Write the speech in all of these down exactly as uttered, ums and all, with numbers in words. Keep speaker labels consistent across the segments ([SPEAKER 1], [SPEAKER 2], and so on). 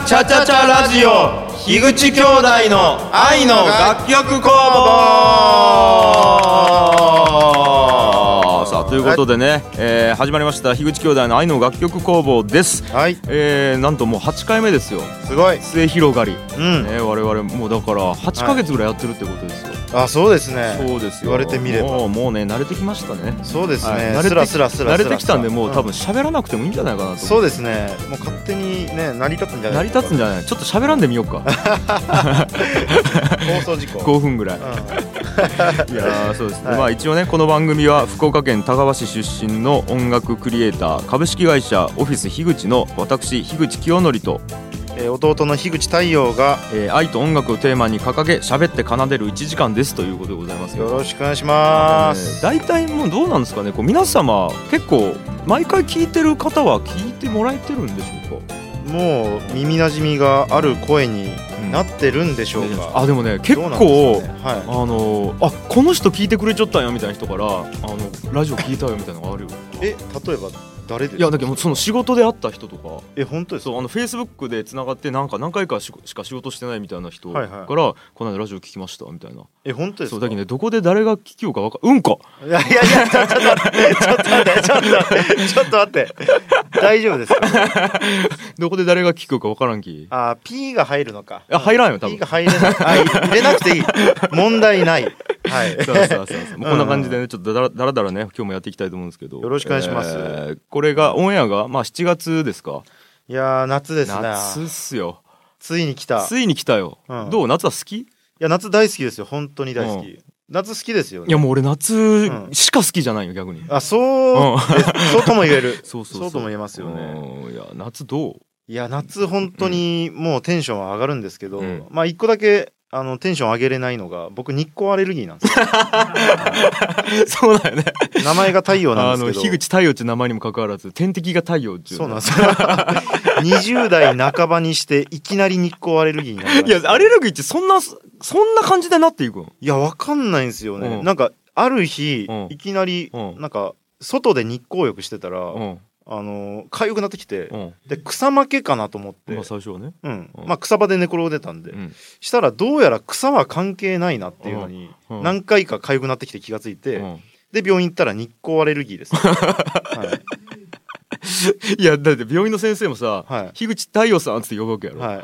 [SPEAKER 1] チャチャチャラジオ樋口兄弟の愛の楽曲工房。さあということでね、はい、えー、始まりました樋口兄弟の愛の楽曲工房です。はい、えー、なんともうはちかいめですよ。すごい末広がり、うん、ね、我々もうだからはちかげつぐらいやってるってことですよ。はい、あ、そうですね。そうですよ。言われてみればもう、もうね慣れてきましたね。そうですね、はい、慣れてスラスラスラ慣れてきたんで、もう多分喋らなくてもいいんじゃないかなと、うん、そうですね。もう勝手にね成り立つんじゃないですか。成り立つんじゃない。ちょっと喋らんでみようか。放送事故ごふんぐらい、うん、いやそうですね、はい、まあ一応ねこの番組は福岡県田川市出身の音楽クリエイター株式会社オフィス樋口の私樋口清則と、えー、弟の樋口太陽が、えー、愛と音楽をテーマに掲げ喋って奏でるいちじかんですということでございますよ。よろしくお願いします。大体、ね、もうどうなんですかね、こう皆様結構毎回聞いてる方は聞いてもらえてるんでしょうか。もう耳なじみがある声になってるんでしょうか。うん、あでもね結構、ね、はい、あのあこの人聞いてくれちゃったんやみたいな人からあのラジオ聞いたよみたいなのがあるよ。え例えば誰で？いやだけどその仕事で会った人とか。え本当ですか？そうあのフェイスブックでつながってなんか何回かしか仕事してないみたいな人から、はいはい、この間ラジオ聞きましたみたいな。え本当ですか？そうだけどねどこで誰が聞きようか分かうんか。いやいやいやちょっと待ってちょっと待ってちょっと待ってちょっと待って大丈夫ですか？どこで誰が聞くか分からんき。あ P が入るのか。いや入らんよ多分。P が入れない。入れなくていい。問題ない。はい。そうそうそうそう。もうこんな感じでねちょっとだらだらだらね今日もやっていきたいと思うんですけど。よろしくお願いします。えー、これがオンエアがまあしちがつですか。いやー夏ですね。夏っすよ。ついに来た。ついに来たよ。うん、どう夏は好き？いや夏大好きですよ本当に大好き。うん、夏好きですよね。いやもう俺夏しか好きじゃないよ逆に。あそう、うん、そうとも言える。そうそうそう。そうとも言えますよね。いや夏どう？いや夏本当にもうテンションは上がるんですけど、うん、まあ一個だけあのテンション上げれないのが僕日光アレルギーなんですよ。そうだよね。名前が太陽なんですけど、あの樋口太陽って名前にもかかわらず天敵が太陽っていう。そうなんですよ。にじゅう代半ばにしていきなり日光アレルギーになりました。いやアレルギーってそんなそんな感じでなっていくの？いやわかんないんですよね、うん、なんかある日、うん、いきなり、うん、なんか外で日光浴してたら、うん、あの痒くなってきて、うん、で草負けかなと思って、まあ最初はね、うんうん、まあ草場で寝転んでたんで、うん、したらどうやら草は関係ないなっていうのに、うん、何回か痒くなってきて気がついて、うん、で病院行ったら日光アレルギーです、ね。はい、いやだって病院の先生もさ、はい、樋口太陽さんって呼ぶわけやろ、はい、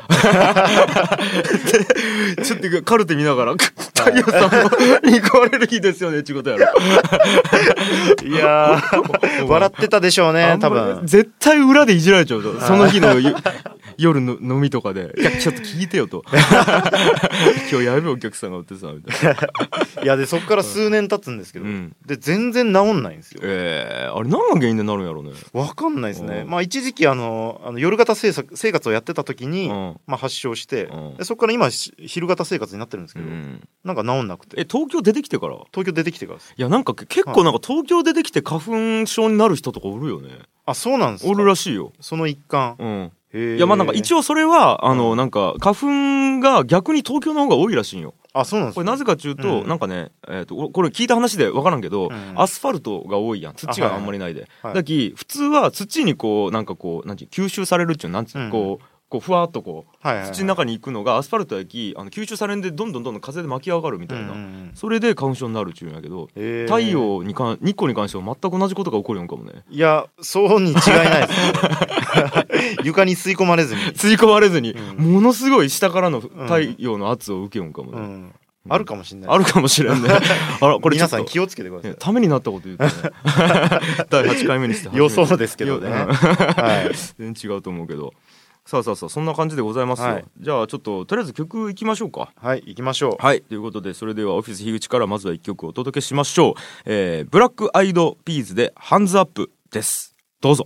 [SPEAKER 1] でちょっとカルテ見ながら太陽さんも日光アレルギーですよねってことやろ。いやー笑ってたでしょうね多分。絶対裏でいじられちゃうとその日の夜の飲みとかでいやちょっと聞いてよと今日やべえお客さんがおってさみたいな。いやでそっから数年経つんですけど、うん、で全然治んないんですよ。えー、あれ何が原因でなるんやろうね。わかんないですね。まあ一時期あのあの夜型生活をやってた時に、うん、まあ発症して、うん、でそこから今昼型生活になってるんですけど、うん、なんか治んなくて。え東京出てきてから？東京出てきてからです。いやなんか結構なんか東京出てきて花粉症になる人とかおるよね。あそうなんですか。おるらしいよその一環。うん、いやまあなんか一応それはあの、うん、なんか花粉が逆に東京の方が多いらしいんよ。あそうなんですか。これなぜかというと、うん、なんかね、えー、とこれ聞いた話で分からんけど、うん、アスファルトが多いやん土があんまりないで、はいはい、だき普通は土にこうなんかこうなんて吸収されるっていうなんつう、うん、こうこうふわっとこう、はいはいはい、土の中に行くのがアスファルトやきあの吸収されんでどんどんどんどん風で巻き上がるみたいな、うんうん、それで花粉症になるっていうんやけど、えー、太陽にか日光に関しては全く同じことが起こるのかもね。いやそうに違いないですね。床に吸い込まれずに吸い込まれずに、うん、ものすごい下からの太陽の圧を受けようかもね、うんうんあるかもしれない。あるかもしれんね。あらこれ皆さん気をつけてください。ためになったこと言うとね。だいはちかいめにして予想ですけどね。はい。全然違うと思うけど。さあさあさあそんな感じでございますよ。はい、じゃあちょっととりあえず曲いきましょうか。はい行きましょう。はいということでそれではオフィス樋口からまずはいっきょくお届けしましょう。えー、ブラックアイドピーズでハンズアップです。どうぞ。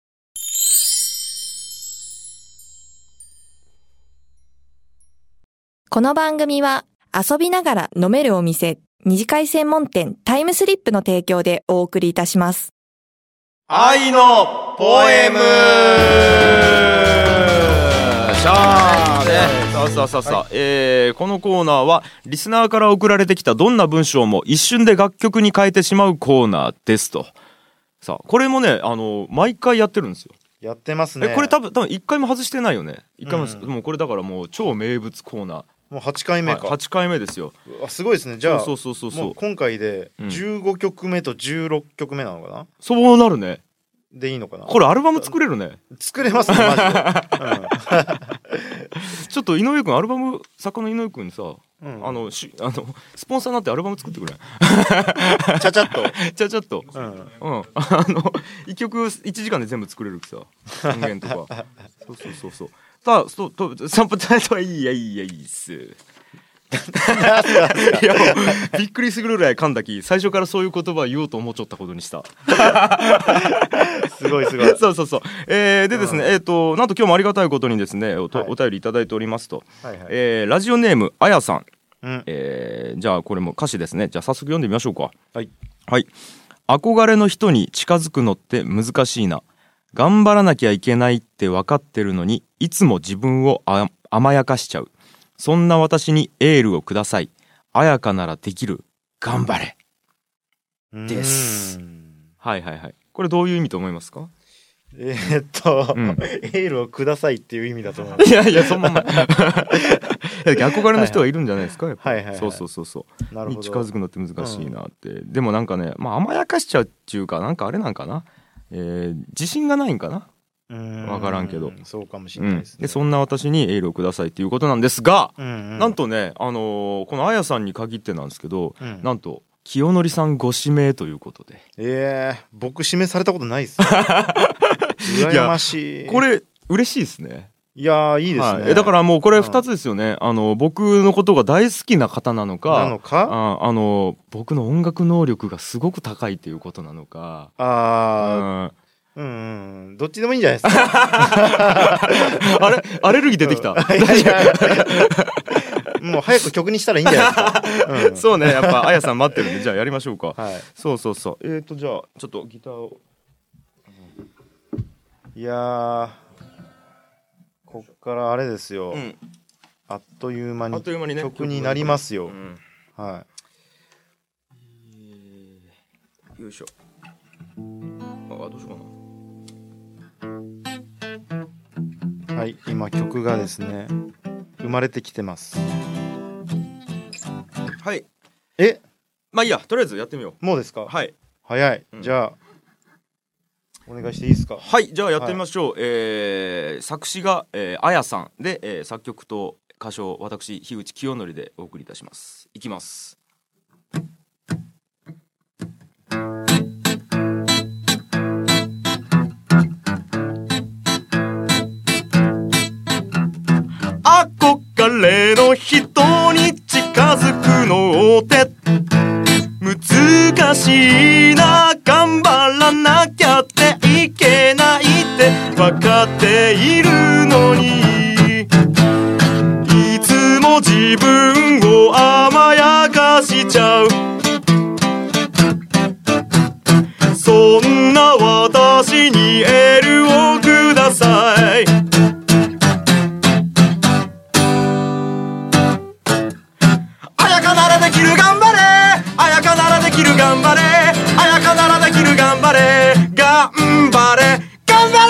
[SPEAKER 2] この番組は遊びながら飲めるお店二次会専門店タイムスリップの提供でお送りいたします。
[SPEAKER 1] 愛のポエムシャーね。さあさあさあさあ、はいえー、このコーナーはリスナーから送られてきたどんな文章も一瞬で楽曲に変えてしまうコーナーですと。さあこれもねあの毎回やってるんですよ。
[SPEAKER 3] やってますね。
[SPEAKER 1] えこれ多分多分いっかいも外してないよね。いっかいも、
[SPEAKER 3] うん、
[SPEAKER 1] もうこれだからもう超名物コーナー。
[SPEAKER 3] もうはちかいめか、
[SPEAKER 1] はい、はちかいめですよ。
[SPEAKER 3] あすごいですね。じゃあ
[SPEAKER 1] そうそうそうそう、
[SPEAKER 3] もう今回でじゅうごきょくめとじゅうろっきょくめなのかな、うん、
[SPEAKER 1] そうなるね。
[SPEAKER 3] でいいのかな。
[SPEAKER 1] これアルバム作れるね。
[SPEAKER 3] 作れますねマジで、うん、
[SPEAKER 1] ちょっと井上くんアルバム作家の井上くんさ、うん、あのしあのスポンサーになってアルバム作ってくれ
[SPEAKER 3] ちゃちゃっと
[SPEAKER 1] ちゃちゃっと、うん、うん、あのいっきょくいちじかんで全部作れるさ音源とかそうそうそうそうさあそうと散歩タイトはいいやいいやいいっすいやもうびっくりするぐらい噛んだき最初からそういう言葉を言おうと思っちゃったことにした
[SPEAKER 3] すごいすごい
[SPEAKER 1] そうそうそう、えー、でですね、うん、えっ、ー、となんと今日もありがたいことにですね お,、はい、お便りいただいておりますと、はいはい、えー、ラジオネームあやさん、うん、えー、じゃあこれも歌詞ですね。じゃあ早速読んでみましょうか。はい、はい、憧れの人に近づくのって難しいな。頑張らなきゃいけないって分かってるのにいつも自分をあ甘やかしちゃう。そんな私にエールをください。綾香ならできる。頑張れ。です。はいはいはい。これどういう意味と思いますか？
[SPEAKER 3] えー、っと、うん、エールをくださいっていう意味だと思う。
[SPEAKER 1] いやいやそのまま憧れの人がいるんじゃないですか。やっぱり、はいはいはい、そうそうそうそうなるほどに近づくのって難しいなって、うん、でもなんかね、まあ、甘やかしちゃうっていうかなんかあれなんかな、えー、自信がないんかな。分からんけど
[SPEAKER 3] そうかもしれないですね、
[SPEAKER 1] うん、でそんな私にエールをくださいっていうことなんですが、うんうん、なんとね、あのー、このあやさんに限ってなんですけど、うん、なんと清則さんご指名ということで。
[SPEAKER 3] えー、僕指名されたことないっす羨ましい。
[SPEAKER 1] いこれ嬉しいですね。
[SPEAKER 3] いやいいですね、
[SPEAKER 1] はい、だからもうこれふたつですよね、うん、あの僕のことが大好きな方なのか
[SPEAKER 3] なのか
[SPEAKER 1] ああの僕の音楽能力がすごく高いっていうことなのか
[SPEAKER 3] あ、うんうんうん、どっちでもいいんじゃないですか
[SPEAKER 1] あれアレルギー出てきた、うん、いやいや
[SPEAKER 3] もう早く曲にしたらいいんじゃないですか、
[SPEAKER 1] うん、そうねやっぱあやさん待ってるんでじゃあやりましょうか、はい、そうそうそうえーとじゃあちょっとギターを
[SPEAKER 3] いやーこっからあれですよ、うん、あっという間に曲になりますよ、うん、はい、
[SPEAKER 1] よいしょあどうしようかな。
[SPEAKER 3] はい、今曲がですね生まれてきてます。
[SPEAKER 1] はい。
[SPEAKER 3] え
[SPEAKER 1] まあいいやとりあえずやってみよ
[SPEAKER 3] う。もうですか。
[SPEAKER 1] はい。
[SPEAKER 3] 早い、うん、じゃあお願いしていいですか。
[SPEAKER 1] はいじゃあやってみましょう、はい、えー、作詞が、えー、あやさんで、えー、作曲と歌唱私樋口清則でお送りいたします。いきます。憧れの人に近づくのって難しいな。頑張らなきゃっていけないって分かっているのにいつも自分を甘やかしちゃう。そんな私にエールをください。できる頑張れあやかならできる頑張れあやかならできる頑張れ頑張れ頑張れ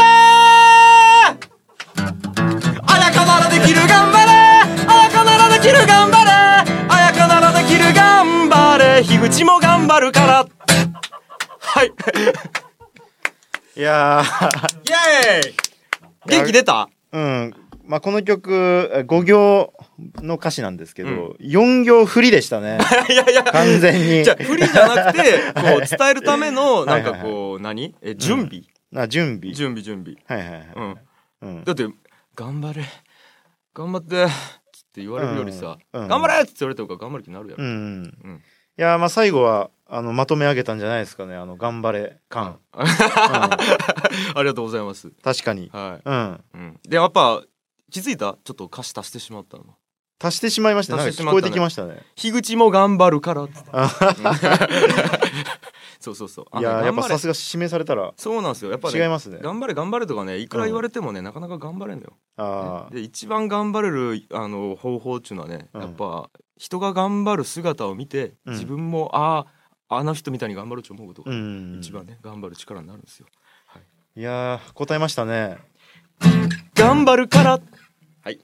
[SPEAKER 1] あやかならできる頑張れあやかならできる頑張れあやかならできる頑張れ樋口も頑張るからはい
[SPEAKER 3] いや
[SPEAKER 1] ーイエーイ元気出た。
[SPEAKER 3] うんまあこの曲ご行の歌詞なんですけど、うん、よん行振りでしたねいやいや完全に
[SPEAKER 1] じゃ振りじゃなくてこう伝えるためのなんかこう、はいはいはい、何え準備、
[SPEAKER 3] うん、あ準備
[SPEAKER 1] 準備準備
[SPEAKER 3] はいはいはい、
[SPEAKER 1] うんうん、だって頑張れ頑張ってって言われるよりさ、うんうん、頑張れって言われた方が頑張る気になるやろ、うんうん
[SPEAKER 3] うん、いやまあ最後はあのまとめ上げたんじゃないですかねあの頑張れ感、うん、あ
[SPEAKER 1] りがとうございます。
[SPEAKER 3] 確かに
[SPEAKER 1] はい、うんうん、でやっぱ気づいたちょっと歌詞足してしまったの
[SPEAKER 3] 足してしまいましたね。なんか聞こえてきましたね。
[SPEAKER 1] 樋口も頑張るからってそうそうそう。
[SPEAKER 3] いややっぱさすが指名されたら
[SPEAKER 1] そうなんですよやっぱ、ね、
[SPEAKER 3] 違いますね。
[SPEAKER 1] 頑張れ頑張れとかねいくら言われてもね、うん、なかなか頑張れんのよ。あで一番頑張れるあの方法っていうのはね、うん、やっぱ人が頑張る姿を見て、うん、自分もあああの人みたいに頑張ると思うことが、うん、一番ね頑張る力になるんですよ。はい、
[SPEAKER 3] いやー答えましたね。
[SPEAKER 1] 頑張るからはい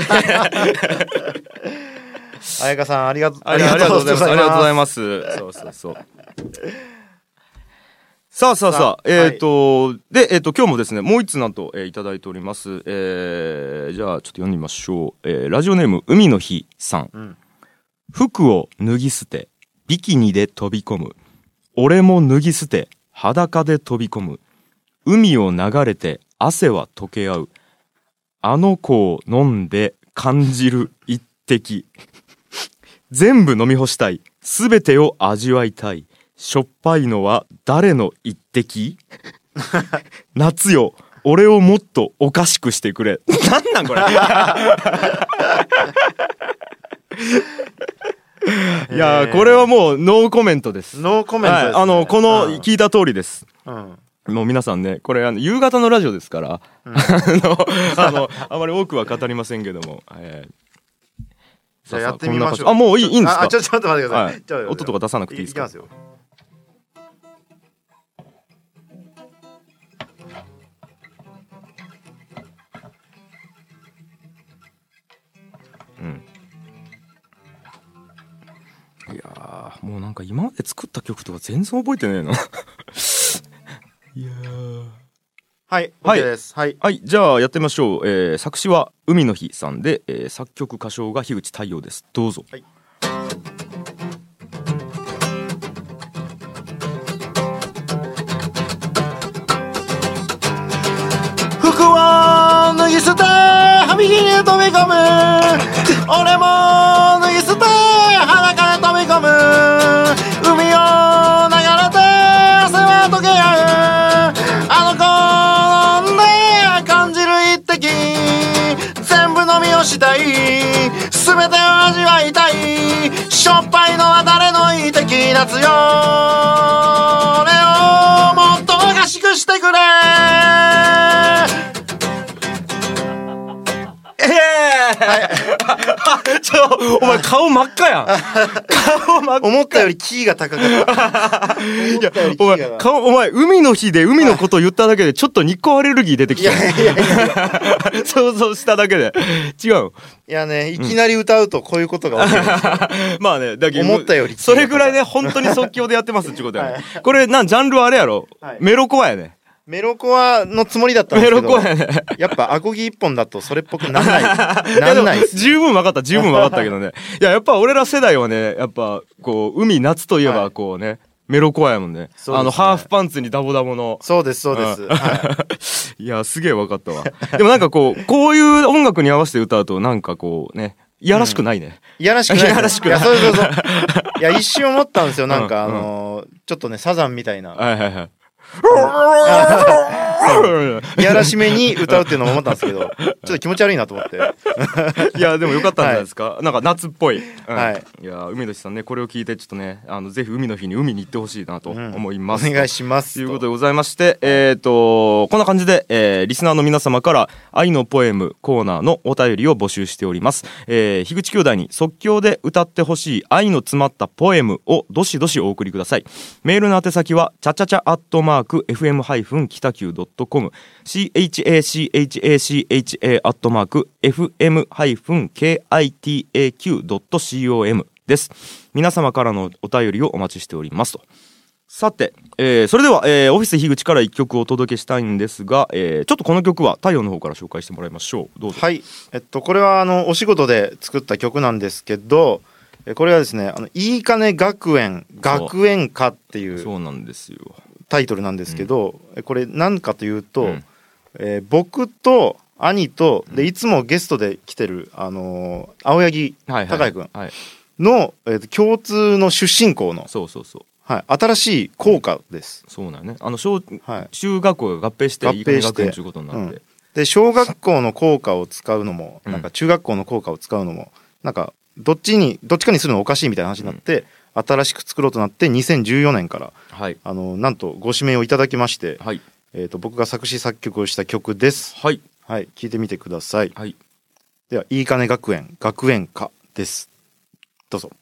[SPEAKER 3] 彩香さんありがとう
[SPEAKER 1] ありがとうございます。ありがとうございます。そうそうそう。さあさあさあ、えっ、ー、と、はい、で、えっ、ー、と、今日もですね、もう一つなんと、えー、いただいております。えー、じゃあ、ちょっと読んでみましょう。えー、ラジオネーム、海の日さん。うん、服を脱ぎ捨て、ビキニで飛び込む。俺も脱ぎ捨て、裸で飛び込む。海を流れて、汗は溶け合う。あの子を飲んで感じる一滴。全部飲み干したい。すべてを味わいたい。しょっぱいのは誰の一滴夏よ、俺をもっとおかしくしてくれ。なんなんこれいやーこれはもうノーコメントです。
[SPEAKER 3] ノーコメントですね、
[SPEAKER 1] はい、あのこの聞いた通りです、うん、もう皆さんねこれあの夕方のラジオですから、うん、あのあのあまり多くは語りませんけども、えー、
[SPEAKER 3] じゃあやってみましょう。
[SPEAKER 1] あもういい、いいんですか。
[SPEAKER 3] あちょっと待ってください、はい、
[SPEAKER 1] じゃあ音とか出さなくていいですか。
[SPEAKER 3] いきますよ。
[SPEAKER 1] うん、いやもうなんか今まで作った曲とか全然覚えてねえのいや
[SPEAKER 3] はい、はい、OK です。はい、
[SPEAKER 1] はい、じゃあやってみましょう。えー、作詞は海の日さんで、えー、作曲歌唱が樋口太陽です。どうぞ。はい、
[SPEAKER 3] 服を脱ぎ捨て踏切に飛び込む。俺も脱ぎ捨て裸で飛び込む。海を流れて汗は溶け合う。あの子飲んで感じる一滴。全部飲み干したい。全てを味わいたい。しょっぱいのは誰の一滴。夏よ俺をもっとおかしくしてくれ。
[SPEAKER 1] はい、ちょお前顔真っ赤やん顔真っ赤。
[SPEAKER 3] 思ったよりキーが高かったいや
[SPEAKER 1] お前顔お前海の日で海のことを言っただけでちょっと日光アレルギー出てきた。いやいやいや想像しただけで違う。
[SPEAKER 3] いやねいきなり歌うとこういうことが起きるんですよ、
[SPEAKER 1] うん、まあねだけど
[SPEAKER 3] 思ったより
[SPEAKER 1] それぐらいね本当に即興でやってますってことやね、はい、これなんジャンルはあれやろ、はい、メロコアやね。
[SPEAKER 3] メロコアのつもりだったんですけど、
[SPEAKER 1] メロコアやね。
[SPEAKER 3] やっぱアコギ一本だとそれっぽくなんない。なんないです。
[SPEAKER 1] 十分分かった、十分分かったけどね。いや、やっぱ俺ら世代はね、やっぱこう海夏といえばこうね、はい、メロコアやもんね。ねあのハーフパンツにダボダボの。
[SPEAKER 3] そうですそうです。うんはい、
[SPEAKER 1] いやすげえ分かったわ。でもなんかこうこういう音楽に合わせて歌うとなんかこうね。いやらしくないね。
[SPEAKER 3] いやらしくない。い
[SPEAKER 1] やらしくない。
[SPEAKER 3] いやそうそうそう。いや一瞬思ったんですよなんか、うん、あのー、ちょっとねサザンみたいな。
[SPEAKER 1] はいはいはい。
[SPEAKER 3] いやらしめに歌うっていうのも思ったんですけどちょっと気持ち悪いなと思って
[SPEAKER 1] いやでもよかったんじゃないですか、はい、なんか夏っぽい、うん、
[SPEAKER 3] はい、
[SPEAKER 1] いや海の日さんねこれを聞いてちょっとねあのぜひ海の日に海に行ってほしいなと思います、
[SPEAKER 3] うん、お願いします
[SPEAKER 1] ということでございましてえっ、ー、とこんな感じで、えー、リスナーの皆様から愛のポエムコーナーのお便りを募集しております、えー、樋口兄弟に即興で歌ってほしい愛の詰まったポエムをどしどしお送りください。メールの宛先はチャチャチャアットマーク エフエム 北九 ドットコム チャチャチャアットマーク エフエム ケーアイティーエーキュー ドットコム です。皆様からのお便りをお待ちしておりますと。さて、えー、それでは、えー、オフィス樋口からいっきょくお届けしたいんですが、えー、ちょっとこの曲は太陽の方から紹介してもらいましょう。どうぞ。
[SPEAKER 3] はい、えっとこれはあのお仕事で作った曲なんですけど、これはですねあのいいかね学園学園歌っていう
[SPEAKER 1] そうなんですよ
[SPEAKER 3] タイトルなんですけど、うん、これ何かというと、うんえー、僕と兄とでいつもゲストで来てる、あのー、青柳孝也君の、はいはいえー、共通の出身校の
[SPEAKER 1] そうそうそう、
[SPEAKER 3] はい、新しい校歌です。
[SPEAKER 1] そうなんねあの小、はい、中学校が合併していいかね学園ということになって、うん、
[SPEAKER 3] で小学校の校歌を使うのも、うん、なんか中学校の校歌を使うのもなんかどっちにどっちかにするのおかしいみたいな話になって、うん、新しく作ろうとなってにせんじゅうよねんから、はい、あのなんとご指名をいただきまして、はいえー、と僕が作詞作曲をした曲です。はい、はい、聞いてみてください。はい、ではいいかね学園学園歌です。どうぞ。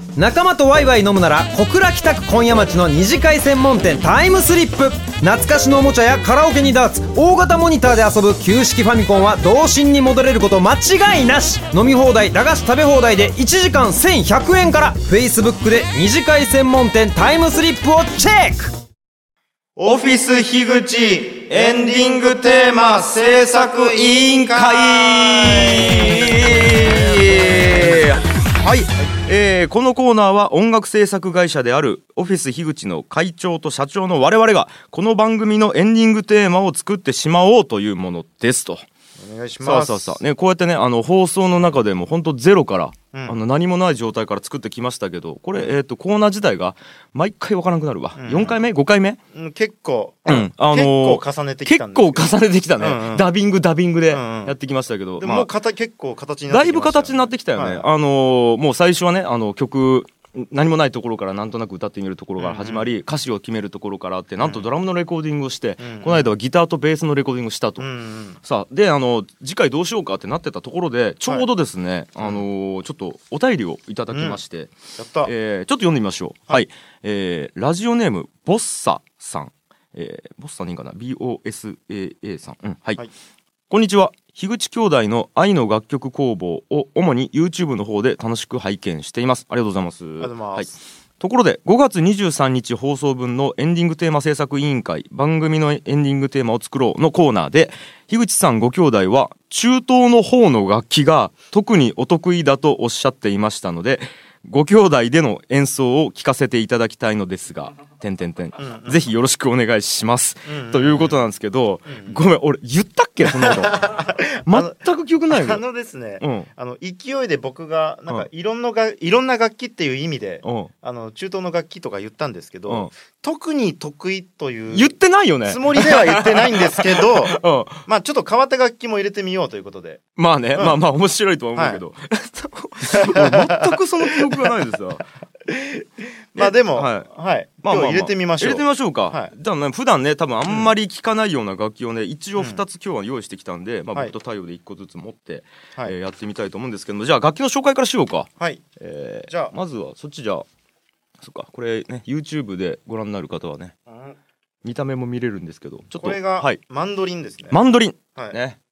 [SPEAKER 4] 仲間とワイワイ飲むなら小倉北区今夜町の二次会専門店タイムスリップ。懐かしのおもちゃやカラオケにダーツ、大型モニターで遊ぶ旧式ファミコンは童心に戻れること間違いなし。飲み放題、駄菓子食べ放題でいちじかんせんひゃくえんから。 Facebook で二次会専門店タイムスリップをチェック。
[SPEAKER 3] オフィス樋口エンディングテーマ制作委員会。
[SPEAKER 1] はい、えー、このコーナーは音楽制作会社であるオフィス樋口の会長と社長の我々がこの番組のエンディングテーマを作ってしまおうというものですと。
[SPEAKER 3] お願いします。
[SPEAKER 1] そうそうそう、ね、こうやってね、あの放送の中でも本当ゼロから、
[SPEAKER 3] うん、
[SPEAKER 1] あの何もない状態から作ってきましたけど、これ、えー、とコーナー自体が毎回わからなくなるわ、うん、よんかいめごかいめ、
[SPEAKER 3] うん、結構、
[SPEAKER 1] うんあのー、
[SPEAKER 3] 結構重ねてきたんですけど、
[SPEAKER 1] 結構重ねてきたね、うんうん、ダビングダビングでやってきましたけど、
[SPEAKER 3] うんうん、でももうかた、まあ、結構形になってきましたよね。
[SPEAKER 1] だいぶ形になってきたよね、はい、あのー、もう最初はね、あの曲何もないところからなんとなく歌ってみるところから始まり、うんうん、歌詞を決めるところからあって、なんとドラムのレコーディングをして、うんうん、この間はギターとベースのレコーディングをしたと、うんうん、さあで、あの次回どうしようかってなってたところでちょうどですね、はい、あのー、ちょっとお便りをいただきまして、うん、
[SPEAKER 3] やった、
[SPEAKER 1] えー、ちょっと読んでみましょう。はい、はい、えー、ラジオネームボッサさん、えー、ボッサでいいかな ビーオーエスエーエー さん、うん、はい、はい、こんにちは。樋口兄弟の愛の楽曲工房を主に YouTube の方で楽しく拝見しています。ありがとうございます。
[SPEAKER 3] ありがとうございます。
[SPEAKER 1] はい、ところでごがつにじゅうさんにち放送分のエンディングテーマ制作委員会番組のエンディングテーマを作ろうのコーナーで、樋口さんご兄弟は中東の方の楽器が特にお得意だとおっしゃっていましたので、ご兄弟での演奏を聞かせていただきたいのですが、点点点、うんうん、ぜひよろしくお願いします、うんうん、ということなんですけど、うんうん、ごめん、俺言ったっけそんなこと全く記憶ないよ。
[SPEAKER 3] あのですね、うん、あの勢いで僕がなんかいろんなが、うん、いろんな楽器っていう意味で、うん、あの中東の楽器とか言ったんですけど、うん、特に得意という
[SPEAKER 1] 言ってないよね、
[SPEAKER 3] つもりでは言ってないんですけど、うん、まあちょっと変わった楽器も入れてみようということで、
[SPEAKER 1] まあね、うん、まあまあ面白いとは思うけど、はい、全くその記憶がないですよ。
[SPEAKER 3] まあでも、はい、はい、まあ、まあまあ、入れてみましょう。
[SPEAKER 1] 入れてみましょうか。はい、じゃあね、普段ね、多分あんまり聞かないような楽器をね、一応ふたつ今日は用意してきたんで、うん、まあ僕と太陽でいっこずつ持って、はい、えー、やってみたいと思うんですけども、じゃあ楽器の紹介からしようか。はい。えー、じゃあまずはそっちじゃあ、そっか、これね YouTube でご覧になる方はね、うん、見た目も見れるんですけど、ちょっと
[SPEAKER 3] これがマンドリンですね。
[SPEAKER 1] マンドリン。
[SPEAKER 3] はい、
[SPEAKER 1] ね。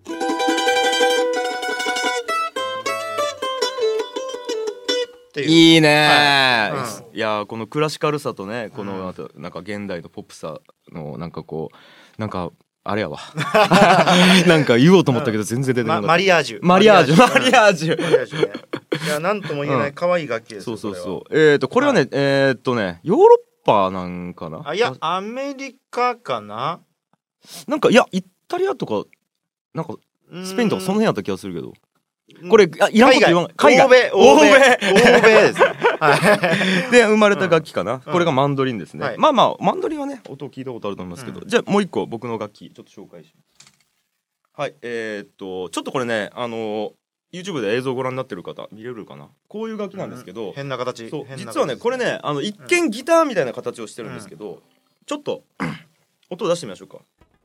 [SPEAKER 1] いいね、はい、うん、いやこのクラシカルさとね、この、うん、なんか現代のポップさのなんかこうなんかあれやわなんか言おうと思ったけど全然出てなかった、
[SPEAKER 3] ま、マリアージュ
[SPEAKER 1] マリアージュマリアージュ、
[SPEAKER 3] ね、いやなんとも言えない可愛い楽器です、
[SPEAKER 1] うん、そうそうそう。えーとこれはね、はい、えーっとねヨーロッパなんかな、
[SPEAKER 3] あ、いやアメリカかな、
[SPEAKER 1] なんかいやイタリアとかなんかスペインとかその辺やった気がするけど、これあいらんこと言わない、
[SPEAKER 3] 海外、欧米欧米欧米ですね、
[SPEAKER 1] はい、で生まれた楽器かな、うん、これがマンドリンですね、はい、まあまあマンドリンはね音を聞いたことあると思いますけど、うん、じゃあもう一個僕の楽器ちょっと紹介します。はい、えー、っとちょっとこれね、あの YouTube で映像をご覧になってる方見れるかな、こういう楽器なんですけど、
[SPEAKER 3] うん、変な形、
[SPEAKER 1] そう
[SPEAKER 3] 変な形、
[SPEAKER 1] 実はねこれね、あの一見ギターみたいな形をしてるんですけど、うん、ちょっと音を出してみましょうか。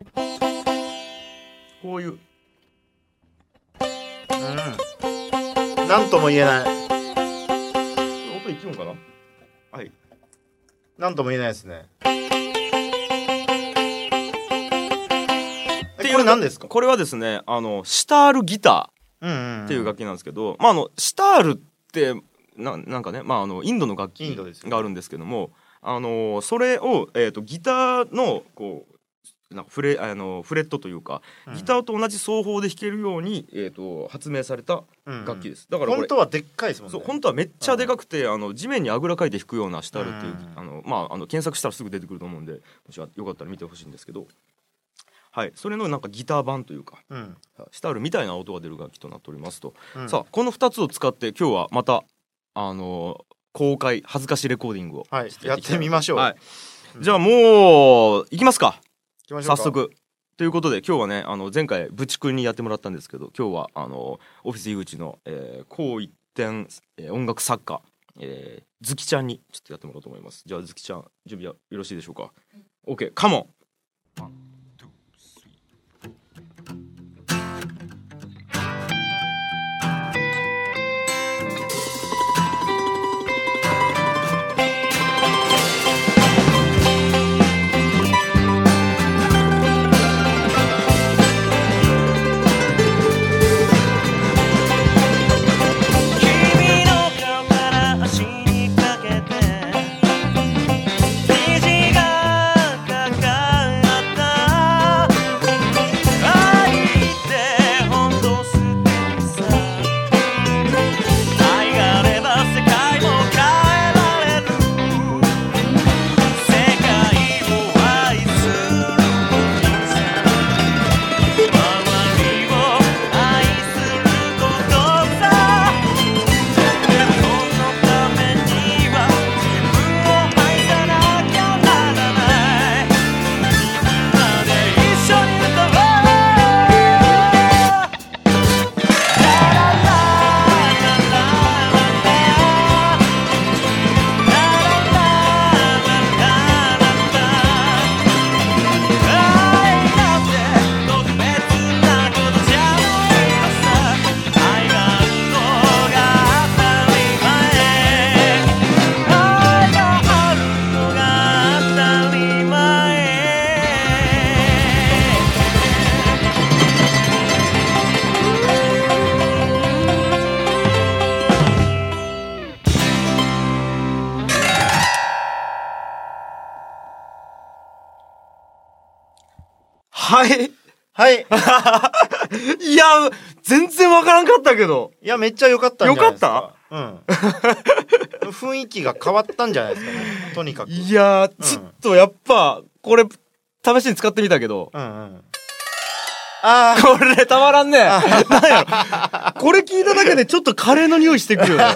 [SPEAKER 1] こういう、
[SPEAKER 3] うん、なんとも言えない
[SPEAKER 1] 音いきよんかな、はい、
[SPEAKER 3] なんとも言えないですね。
[SPEAKER 1] これ何ですか？これはですね、あのシタールギターっていう楽器なんですけど、うんうんうん、まああのシタールってな、なんかね、まああのインドの楽器があるんですけども、あのそれを、えーと、ギターのこうなんかフレ、あのフレットというか、うん、ギターと同じ奏法で弾けるように、えーと、発明された楽器です。だからこれ
[SPEAKER 3] 本当はでっかいですもんね。
[SPEAKER 1] そう、本当はめっちゃでかくて、うん、あの地面にあぐらかいて弾くようなシタールっていう、うん、あのまああの検索したらすぐ出てくると思うんで、もしよかったら見てほしいんですけど、はい、それのなんかギター版というか、うん、シタールみたいな音が出る楽器となっておりますと、うん、さあこのふたつを使って今日はまたあの公開恥ずかしレコーディングを
[SPEAKER 3] はい、やってみましょう、はい、
[SPEAKER 1] うん、じゃあもういきますか、
[SPEAKER 3] 行きましょうか、
[SPEAKER 1] 早速ということで、今日はね、あの前回ブチ君にやってもらったんですけど、今日はあのオフィス井口の、えー、高一点、えー、音楽作家、えー、ズキちゃんにちょっとやってもらおうと思います。じゃあズキちゃん準備はよろしいでしょうか。 OK カモン。 はい
[SPEAKER 3] はい
[SPEAKER 1] いや全然わからんかったけど、
[SPEAKER 3] いやめっちゃ良かったんじゃないですか。
[SPEAKER 1] よかった
[SPEAKER 3] うん雰囲気が変わったんじゃないですかね、とにかく。
[SPEAKER 1] いやー、うん、ちょっとやっぱこれ試しに使ってみたけど、うんうん、あーこれたまらんね。なんやろこれ聞いただけでちょっとカレーの匂いしてくるよね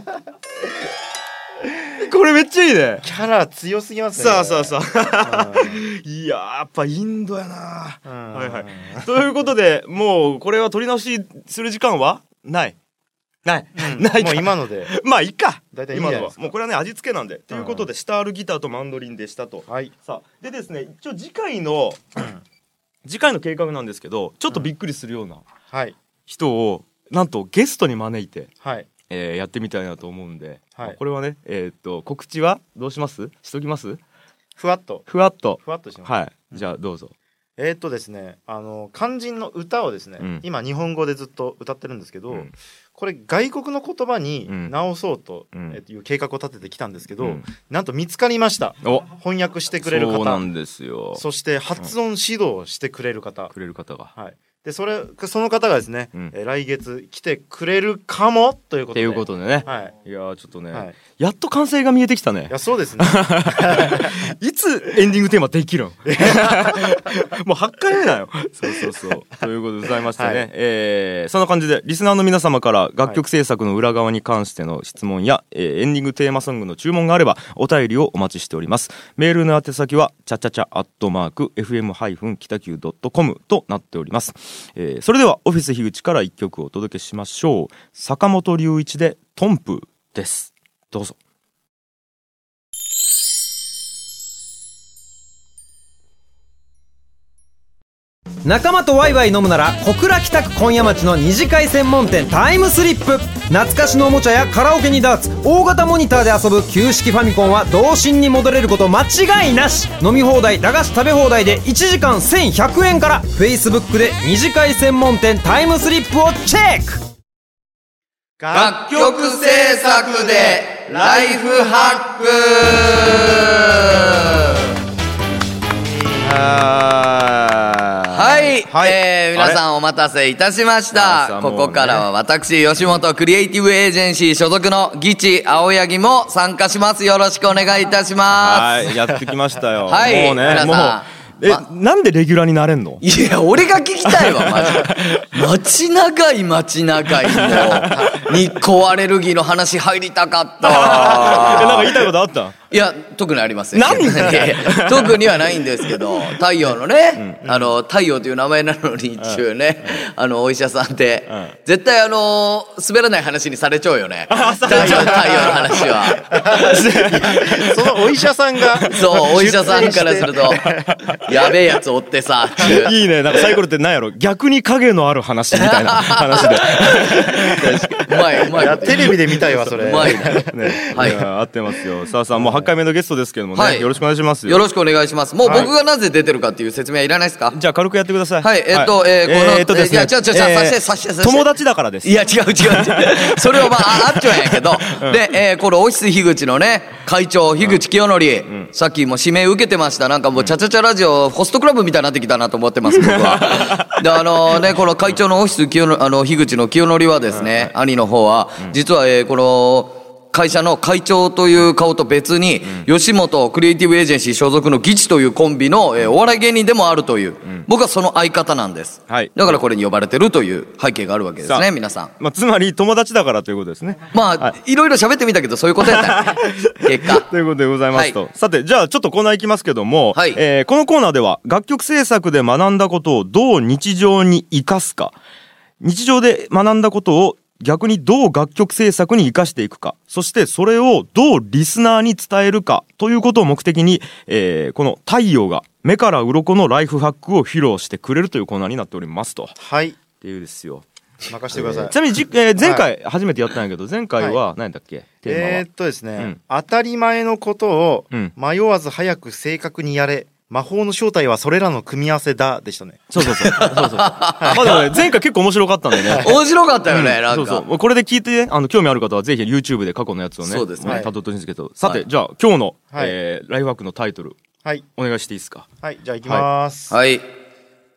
[SPEAKER 1] これめっちゃいいね。
[SPEAKER 3] キャラ強すぎますね。
[SPEAKER 1] さあさあさあいややっぱインドやな。はいはいということで、もうこれは取り直しする時間はないない、うん、ないか。
[SPEAKER 3] もう今ので
[SPEAKER 1] まあいいか。
[SPEAKER 3] 大体いいんじゃないですか。
[SPEAKER 1] 今のはもうこれはね味付けなんで、ということで下あるギターとマンドリンでしたと。
[SPEAKER 3] はい。
[SPEAKER 1] さあでですね、一応次回の次回の計画なんですけど、ちょっとびっくりするような人をなんとゲストに招いて、はいえー、やってみたいなと思うんで、はい、これはね、えー、っと告知はどうします？しときます？
[SPEAKER 3] ふわっと
[SPEAKER 1] ふわっと
[SPEAKER 3] ふわっとします。
[SPEAKER 1] はい、じゃあどうぞ。
[SPEAKER 3] えー、っとですね、あの肝心の歌をですね、うん、今日本語でずっと歌ってるんですけど、うん、これ外国の言葉に直そうと、うん、えー、いう計画を立ててきたんですけど、うん、なんと見つかりました。翻訳してくれる方、
[SPEAKER 1] そうなんですよ。
[SPEAKER 3] そして発音指導してくれる方、
[SPEAKER 1] うん、くれる方が、
[SPEAKER 3] はい、でそれその方がですね、うん、えー、来月来てくれるかもということで、
[SPEAKER 1] っていうことでね、
[SPEAKER 3] はい、
[SPEAKER 1] いやちょっとね、はい、やっと完成が見えてきたね。
[SPEAKER 3] いやそうですね
[SPEAKER 1] いつエンディングテーマできるんもうはちかいめだよそうそうそうということでございましてね、はい、えー、そんな感じでリスナーの皆様から楽曲制作の裏側に関しての質問や、えー、エンディングテーマソングの注文があればお便りをお待ちしております。メールの宛先はチャチャチャアットマーク エフエム 北九 ドットコム となっております。えー、それではオフィス樋口からいっきょくお届けしましょう。坂本龍一でトンプです。どうぞ。
[SPEAKER 4] 仲間とワイワイ飲むなら小倉北区今夜町の二次会専門店タイムスリップ。懐かしのおもちゃやカラオケにダーツ、大型モニターで遊ぶ旧式ファミコンは童心に戻れること間違いなし。飲み放題駄菓子食べ放題でいちじかんせんひゃくえんから。 Facebook で二次会専門店タイムスリップをチェック。
[SPEAKER 5] 楽曲制作でライフハック。はい、はい、えー、皆さんお待たせいたしました。ここからは私吉本クリエイティブエージェンシー所属のギチ青柳も参加します。よろしくお願いいたします。
[SPEAKER 1] はい、やってきましたよ。
[SPEAKER 5] はい、もうね、皆さんもう
[SPEAKER 1] え、ま、なんでレギュラーになれんの？
[SPEAKER 5] いや、俺が聞きたいわ、マジで。街長い街長いの日光アレルギーの話入りたかったわ。
[SPEAKER 1] え、なんか言いたいことあった？
[SPEAKER 5] いや、特にありません。
[SPEAKER 1] なんで
[SPEAKER 5] 特にはないんですけど、太陽のね、うん、あの太陽という名前なのに一応ね、うん、あのお医者さんって、うん、絶対あの滑らない話にされちゃうよね。太陽、太陽の話は。
[SPEAKER 3] そのお医者さんが
[SPEAKER 5] そう、お医者さんからするとやべえやつ追ってさ。
[SPEAKER 1] いいね、なんかサイコロってなんやろ、逆に影のある話みたいな話で。
[SPEAKER 5] うまいうまい。
[SPEAKER 3] いやテレビで見たいわそれ。
[SPEAKER 5] うまいね。
[SPEAKER 1] ね、はい、合ってますよ。さあさあ、もうはちかいめのゲストですけどもね、はい、よろしくお願いしますよ。
[SPEAKER 5] よろしくお願いします。もう僕がなぜ出てるかっていう説明はいらないですか？
[SPEAKER 1] じゃあ軽くやってください。
[SPEAKER 5] はい、えっと、はい、えー、この、えー、っとですね、いや、ちょ、ちょ、ちょ、さして、さして、さして。
[SPEAKER 1] 友達だからです。
[SPEAKER 5] いや、違う違う違う。それはまあ、あっちゃうんやけど、うん、で、えー、このオフィス樋口のね、会長、樋口清則、うん、さっきも指名受けてました。なんかもう、チャチャチャラジオ、ホストクラブみたいになってきたなと思ってます、僕は。で、あのね、この会長のオフィス清則、あの、樋口の清則はですね、うん、兄の方は、実は、えー、この、会社の会長という顔と別に、うん、吉本クリエイティブエージェンシー所属のギチというコンビの、えー、お笑い芸人でもあるという、うん、僕はその相方なんです、はい、だからこれに呼ばれてるという背景があるわけですね、皆さん、
[SPEAKER 1] まあ、つまり友達だからということですね。
[SPEAKER 5] まあ、はい、いろいろ喋ってみたけどそういうことやったね結果
[SPEAKER 1] ということでございますと、はい、さてじゃあちょっとコーナーいきますけども、はい、えー、このコーナーでは楽曲制作で学んだことをどう日常に生かすか、日常で学んだことを逆にどう楽曲制作に生かしていくか、そしてそれをどうリスナーに伝えるかということを目的に、えー、この太陽が目から鱗のライフハックを披露してくれるというコーナーになっておりますと。
[SPEAKER 3] はい。
[SPEAKER 1] っていうですよ。
[SPEAKER 3] 任せてください。
[SPEAKER 1] えー、ちなみにじ、えー、前回初めてやったんやけど、前回は何だっけ、はい、テーマは。
[SPEAKER 3] えー、っとですね、うん、当たり前のことを迷わず早く正確にやれ。魔法の正体はそれらの組み合わせだでしたね。
[SPEAKER 1] そうそうそう。そうそうそう。まあでもね、前回結構面白かったんでね。
[SPEAKER 5] 面白かったよね、うん、なんか。
[SPEAKER 1] そうそう。これで聞いて、ね、あの、興味ある方はぜひ YouTube で過去のやつをね、
[SPEAKER 5] そうですね。
[SPEAKER 1] たどってほしいんですけど。さて、はい、じゃあ今日の、はい、えー、ライフワークのタイトル、
[SPEAKER 3] はい、
[SPEAKER 1] お願いしていいですか？
[SPEAKER 3] はい、じゃあいきます。
[SPEAKER 5] はい。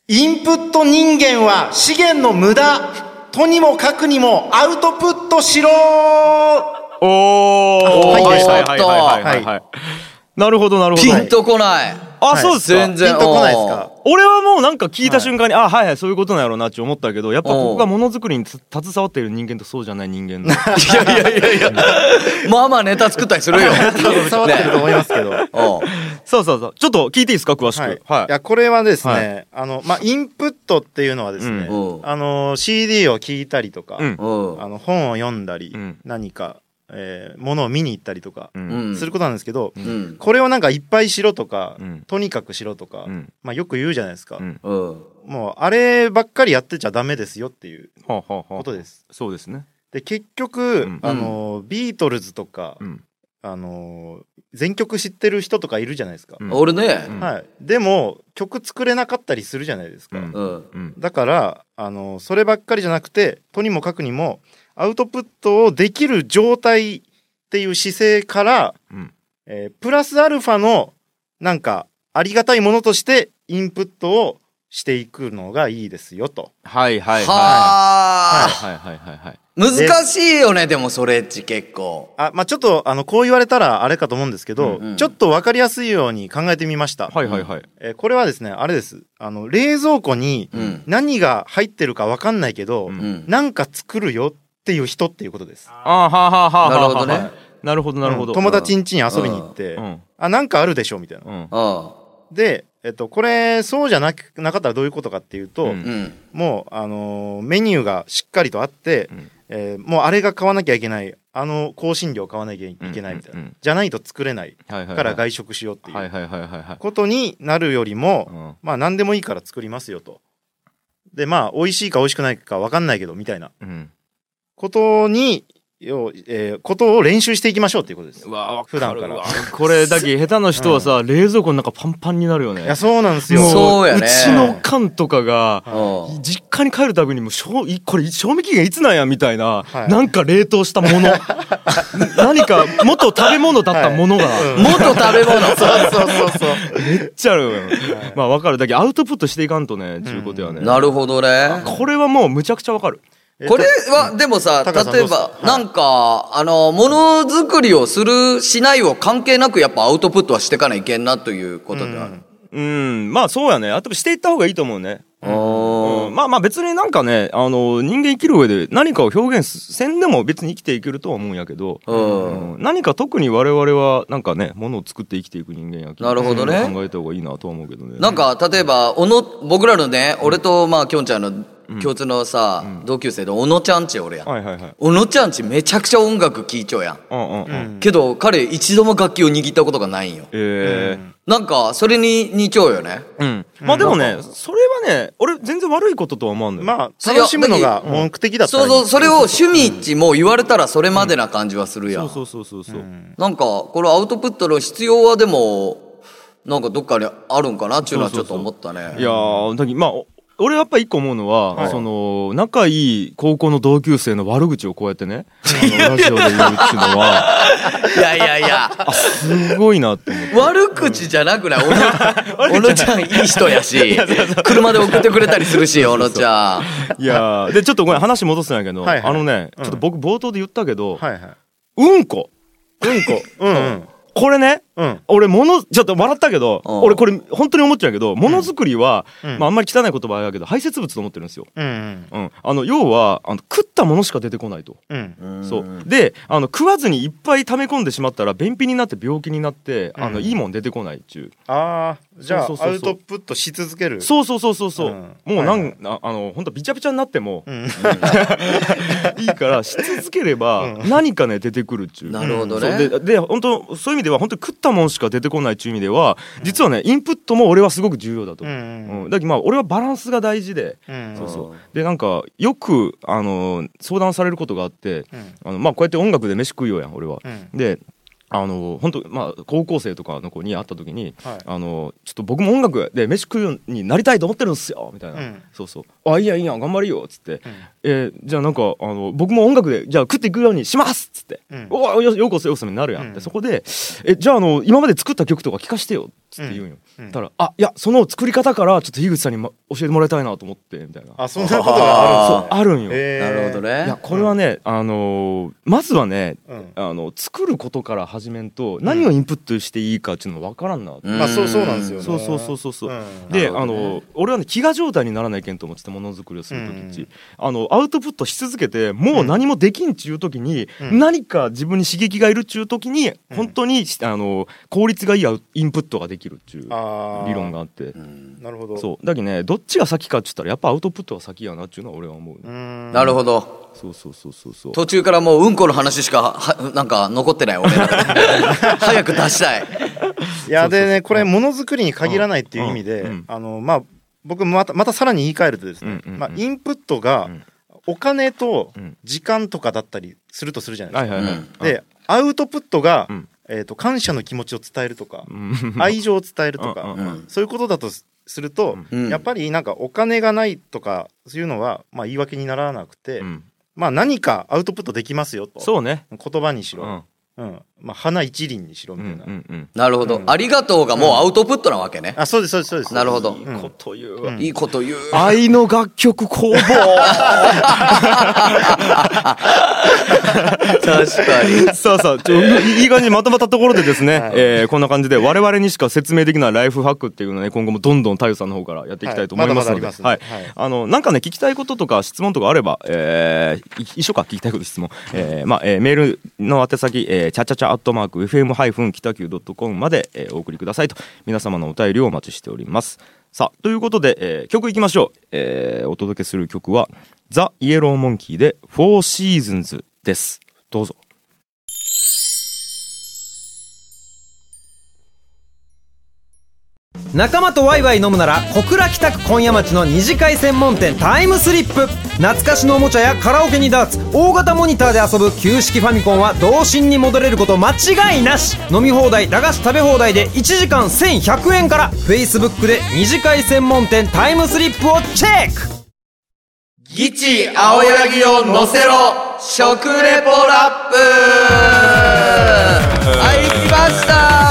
[SPEAKER 3] インプット人間は資源の無駄。とにもかくにもアウトプットしろ。
[SPEAKER 1] おー、
[SPEAKER 3] はい
[SPEAKER 1] はいはい
[SPEAKER 5] ちょっと
[SPEAKER 1] はいはいはいはい。なるほどなるほど。
[SPEAKER 5] ピンとこない。
[SPEAKER 1] あ、そうですか。
[SPEAKER 5] 全然
[SPEAKER 3] ピンとこないですか。
[SPEAKER 1] 俺はもうなんか聞いた瞬間に、あ、はいはいそういうことなんやろうなって思ったけど、やっぱここがものづくりにつ携わっている人間とそうじゃない人間の
[SPEAKER 5] いやいやいやいやまあまあネタ作ったりするよ
[SPEAKER 3] 触ってると思いますけど、
[SPEAKER 5] うん
[SPEAKER 1] そうそうそうちょっと聞いていいですか詳しく。
[SPEAKER 3] はい、
[SPEAKER 1] はい
[SPEAKER 3] いやこれはですね、
[SPEAKER 1] はい
[SPEAKER 3] あのまあインプットっていうのはですね、
[SPEAKER 5] うん
[SPEAKER 3] あの シーディー を聞いたりとか、
[SPEAKER 1] うん
[SPEAKER 5] うん
[SPEAKER 3] あの本を読んだり、
[SPEAKER 1] うん
[SPEAKER 3] 何か、えー、ものを見に行ったりとか
[SPEAKER 1] うん
[SPEAKER 5] うん
[SPEAKER 3] することなんですけど、
[SPEAKER 5] うん
[SPEAKER 3] これをなんかいっぱいしろとか、
[SPEAKER 1] うん
[SPEAKER 3] とにかくしろとか、
[SPEAKER 1] うん
[SPEAKER 3] まあよく言うじゃないですか、
[SPEAKER 1] うん
[SPEAKER 5] うん
[SPEAKER 3] もうあればっかりやってちゃダメですよっていう
[SPEAKER 1] はあはあはあ
[SPEAKER 3] ことです。
[SPEAKER 1] そうですね。
[SPEAKER 3] で結局、
[SPEAKER 1] うん
[SPEAKER 3] あのビートルズとか、
[SPEAKER 1] うん
[SPEAKER 3] あの全曲知ってる人とかいるじゃないですか、
[SPEAKER 1] うん
[SPEAKER 5] 俺ね
[SPEAKER 1] うん
[SPEAKER 3] はい、でも曲作れなかったりするじゃないですか、
[SPEAKER 1] うん
[SPEAKER 5] うん
[SPEAKER 1] うん
[SPEAKER 3] だからあのそればっかりじゃなくてとにもかくにもアウトプットをできる状態っていう姿勢から、
[SPEAKER 1] うん
[SPEAKER 3] えープラスアルファのなんかありがたいものとしてインプットをしていくのがいいですよと。
[SPEAKER 1] はいはいはい
[SPEAKER 5] はあ
[SPEAKER 1] はいはいはいはい。
[SPEAKER 5] 難しいよねでもそれっち結構
[SPEAKER 3] あまあ、ちょっとあのこう言われたらあれかと思うんですけど、
[SPEAKER 5] うんうん
[SPEAKER 3] ちょっと分かりやすいように考えてみました、
[SPEAKER 1] はいはいはい。
[SPEAKER 3] えーこれはですねあれですあの冷蔵庫に
[SPEAKER 5] うん
[SPEAKER 3] 何が入ってるか分かんないけど、
[SPEAKER 1] うん
[SPEAKER 5] うん
[SPEAKER 3] なんか作るよっていう人っていうことです。
[SPEAKER 1] あーはあはあはあはあ。
[SPEAKER 5] なるほどね
[SPEAKER 1] なるほどなるほど。
[SPEAKER 3] うん友達ん家に遊びに行って、
[SPEAKER 1] うん
[SPEAKER 3] あなんかあるでしょみたいな。
[SPEAKER 1] うん
[SPEAKER 5] あ
[SPEAKER 3] で、えっと、これそうじゃなくなかったらどういうことかっていうと、
[SPEAKER 1] うん
[SPEAKER 5] あうん
[SPEAKER 3] もう、あのーメニューがしっかりとあって、
[SPEAKER 1] うん
[SPEAKER 3] えーもうあれが買わなきゃいけないあの香辛料買わなきゃいけないみたいな、
[SPEAKER 1] うんうんうん
[SPEAKER 3] じゃないと作れない
[SPEAKER 1] はいはいはい。
[SPEAKER 3] から外食しようっていう
[SPEAKER 1] はいはいはいはいはい。
[SPEAKER 3] ことになるよりも、
[SPEAKER 1] うん
[SPEAKER 3] まあ何でもいいから作りますよと。でまあ美味しいか美味しくないか分かんないけどみたいな
[SPEAKER 1] うん。
[SPEAKER 3] ことによ、えーことを練習していきましょうっていうことです。
[SPEAKER 1] うわわ
[SPEAKER 3] 普段から
[SPEAKER 1] うわこれだけ下手な人はさ、冷蔵庫の中パンパンになるよね。
[SPEAKER 3] いやそうなんですよ。
[SPEAKER 1] も
[SPEAKER 5] そうやね
[SPEAKER 1] うちの缶とかが
[SPEAKER 5] うん
[SPEAKER 1] 実家に帰るたびにもう賞いこれ賞味期限いつなんやみたいな、
[SPEAKER 3] はい
[SPEAKER 1] なんか冷凍したもの何か元食べ物だったものが、
[SPEAKER 3] はいうん
[SPEAKER 5] 元食べ物
[SPEAKER 3] そうそうそうそう。
[SPEAKER 1] めっちゃあるよ、まあ分かるだけアウトプットしていかんとねちゅうことやね、
[SPEAKER 5] なるほどね
[SPEAKER 1] これはもうむちゃくちゃ分かる。
[SPEAKER 3] えっと
[SPEAKER 5] これはでもさ
[SPEAKER 3] 高橋さん
[SPEAKER 5] 例え
[SPEAKER 3] どうですか
[SPEAKER 5] ばなんかあのものづくりをするしないを関係なくやっぱアウトプットはしていかないけんなということである
[SPEAKER 1] うんまあそうやねあとしていった方がいいと思うね。
[SPEAKER 5] お
[SPEAKER 1] うんまあまあ別になんかねあの人間生きる上で何かを表現せんでも別に生きていけるとは思うんやけど、
[SPEAKER 5] うん
[SPEAKER 1] うん何か特に我々はなんかねものを作って生きていく人間やけ
[SPEAKER 5] なるほどね
[SPEAKER 1] 考えた方がいいなとは思うけどね。
[SPEAKER 5] なんか例えばおの僕らのね俺とまあきょんちゃんの共通のさ同級生で小野ちゃんち俺やん
[SPEAKER 1] はいはいはい。
[SPEAKER 5] 小野ちゃんちめちゃくちゃ音楽聴いちゃうやん
[SPEAKER 1] うんうんうん。
[SPEAKER 3] うん
[SPEAKER 5] けど彼一度も楽器を握ったことがないんよ
[SPEAKER 1] え
[SPEAKER 5] なんかそれに似ちゃうよね
[SPEAKER 1] えうん。まあでもねそれはね俺全然悪いこととは思わんのよ。
[SPEAKER 3] まあ楽しむのが目的だったらいい。
[SPEAKER 5] そうそうそれを趣味っちも言われたらそれまでな感じはするやん
[SPEAKER 1] そうそうそうそうそう。
[SPEAKER 5] なんかこれアウトプットの必要はでもなんかどっかにあるんかなっていうのはちょっと思ったね
[SPEAKER 1] いやーだけどまあお俺やっぱ一個思うのは、
[SPEAKER 3] はい
[SPEAKER 1] その仲いい高校の同級生の悪口をこうやってねあのラジオで言うっていうのはい
[SPEAKER 5] やいやいや
[SPEAKER 1] すごいなって思って。
[SPEAKER 5] 悪口じゃなくない小野小野ちゃんいい人やし車で送ってくれたりするし小野ちゃん
[SPEAKER 1] いやーでちょっとごめん話戻すんやけど、
[SPEAKER 3] はいはい
[SPEAKER 1] あのね、
[SPEAKER 3] うん
[SPEAKER 1] ちょっと僕冒頭で言ったけど、
[SPEAKER 3] はいはい。
[SPEAKER 1] うんこ
[SPEAKER 3] うんこ。うんうん。
[SPEAKER 1] これね
[SPEAKER 3] うん。
[SPEAKER 1] 俺ものちょっと笑ったけど
[SPEAKER 5] うん
[SPEAKER 1] 俺これ本当に思っちゃうけどものづくりは、
[SPEAKER 3] うん
[SPEAKER 1] まあ、あんまり汚い言葉やけど排泄物と思ってるんですよ、
[SPEAKER 3] うんうん。
[SPEAKER 1] うん、あの要はあの食ったものしか出てこないと。
[SPEAKER 3] うん。
[SPEAKER 1] そうであの食わずにいっぱい溜め込んでしまったら便秘になって病気になってあの、
[SPEAKER 3] うん
[SPEAKER 1] いいもん出てこないっちゅう。
[SPEAKER 3] ああ、じゃあ
[SPEAKER 1] そうそうそうそう
[SPEAKER 3] アウトプットし続ける。
[SPEAKER 1] そうそうそうそうそう、
[SPEAKER 3] うん
[SPEAKER 1] もうなん、
[SPEAKER 3] はい
[SPEAKER 1] ああの本当びちゃびちゃになっても、
[SPEAKER 3] うん。
[SPEAKER 1] いいからし続ければ
[SPEAKER 3] うん
[SPEAKER 1] 何かね出てくるっちゅう。
[SPEAKER 5] なるほど
[SPEAKER 1] そう
[SPEAKER 5] ね
[SPEAKER 1] でで本当そういう意味では本当に食ったもんしか出てこないっていう意味では実はねインプットも俺はすごく重要だと
[SPEAKER 3] う
[SPEAKER 1] 思う、
[SPEAKER 3] ん
[SPEAKER 1] うんだけどまあ俺はバランスが大事で、
[SPEAKER 3] うん。
[SPEAKER 1] そうそうでなんかよくあの相談されることがあって
[SPEAKER 3] うん。
[SPEAKER 1] あのまあこうやって音楽で飯食うよやん俺は。
[SPEAKER 3] うん。
[SPEAKER 1] であの本当まあ高校生とかの子に会った時に
[SPEAKER 3] はい。
[SPEAKER 1] あのちょっと僕も音楽で飯食うようになりたいと思ってるんですよみたいな、
[SPEAKER 3] うん
[SPEAKER 1] そうそうあいいやいいや頑張るよっつって、
[SPEAKER 3] うん
[SPEAKER 1] えーじゃあなんかあの僕も音楽でじゃあ食っていくようにしますっつって、
[SPEAKER 3] うん
[SPEAKER 1] おおよようこそようこそになるやんって、
[SPEAKER 3] うん
[SPEAKER 1] そこでえじゃああの今まで作った曲とか聴かしてよってつって言うんよ、
[SPEAKER 3] うんうん、
[SPEAKER 1] だからあいやその作り方からちょっと樋口さんに、ま、教えてもらいたいなと思ってみたいな。
[SPEAKER 3] あそんなことが
[SPEAKER 1] あるんよ。
[SPEAKER 5] なるほどね。
[SPEAKER 1] いやこれはね、うん、あのー、まずはね、うん、あの作ることから始めんと何をインプットしていいかっていうの分からんな、
[SPEAKER 3] うん、まあそうそうなんですよね。
[SPEAKER 1] そうそうそうそうそう、うん、で、ね、あのー、俺はね飢餓状態にならないけんと思っててものづくりをするときっち、うん、あのアウトプットし続けてもう何もできんっちゅうときに、うん、何か自分に刺激がいるっちゅうときに、うん、本当にあの効率がいいインプットができるっちゅう理論があって、うん、
[SPEAKER 3] なるほど。
[SPEAKER 1] そうだけどねどっちが先かっちゅったらやっぱアウトプットが先やなっちゅうのは俺は思う。
[SPEAKER 5] うん、なるほど。
[SPEAKER 1] そうそうそうそうそう。
[SPEAKER 5] 途中からもううんこの話しかはなんか残ってない俺ら早く出したい。
[SPEAKER 3] いやでねこれものづくりに限らないっていう意味で、うんうん、あのまあ僕またまたさらに言い換えるとですね、うんうんうん、まあインプットがお金と時間とかだったりするとするじゃないですか。うん、でアウトプットが、うんえーと感謝の気持ちを伝えるとか、うん、愛情を伝えるとか、うんうん、そういうことだとすると、うん、やっぱりなんかお金がないとかそういうのはまあ言い訳にならなくて、うん、まあ何かアウトプットできますよと。
[SPEAKER 1] そうね。
[SPEAKER 3] 言葉にしろ、うんうん、まあ花一輪にしろみたいな、うんうんうん、
[SPEAKER 5] なるほど、うん、ありがとうがもうアウトプットなわけね、
[SPEAKER 3] うん、あそうですそうですそうです。
[SPEAKER 5] なるほど、
[SPEAKER 1] いいこと言う、
[SPEAKER 5] うん、いいこと言う。
[SPEAKER 1] 愛の楽曲工房確
[SPEAKER 5] かに
[SPEAKER 1] さあさあちょいい感じにまとまったところでですね、はいえー、こんな感じで我々にしか説明できないライフハックっていうのをね今後もどんどん太陽さんの方からやっていきたいと思いますので、はい、まだまだありますね、はいはい、あのなんかね聞きたいこととか質問とかあれば、えー、一緒か聞きたいこと質問、えーまあえー、メールの宛先、えー、チャチャチャアットマーク エフエム 北九 ドットコム まで、えー、お送りくださいと皆様のお便りをお待ちしております。さあということで、えー、曲いきましょう、えー、お届けする曲はザ・イエローモンキーでフォーシーズンズです。どうぞ。
[SPEAKER 4] 仲間とワイワイ飲むなら小倉北区今夜町の二次会専門店タイムスリップ。懐かしのおもちゃやカラオケにダーツ、大型モニターで遊ぶ旧式ファミコンは童心に戻れること間違いなし。飲み放題駄菓子食べ放題でいちじかんせんひゃくえんから。 Facebook で二次会専門店タイムスリップをチェック。
[SPEAKER 5] ギチ青柳を乗せろ食レポラップはい来ました。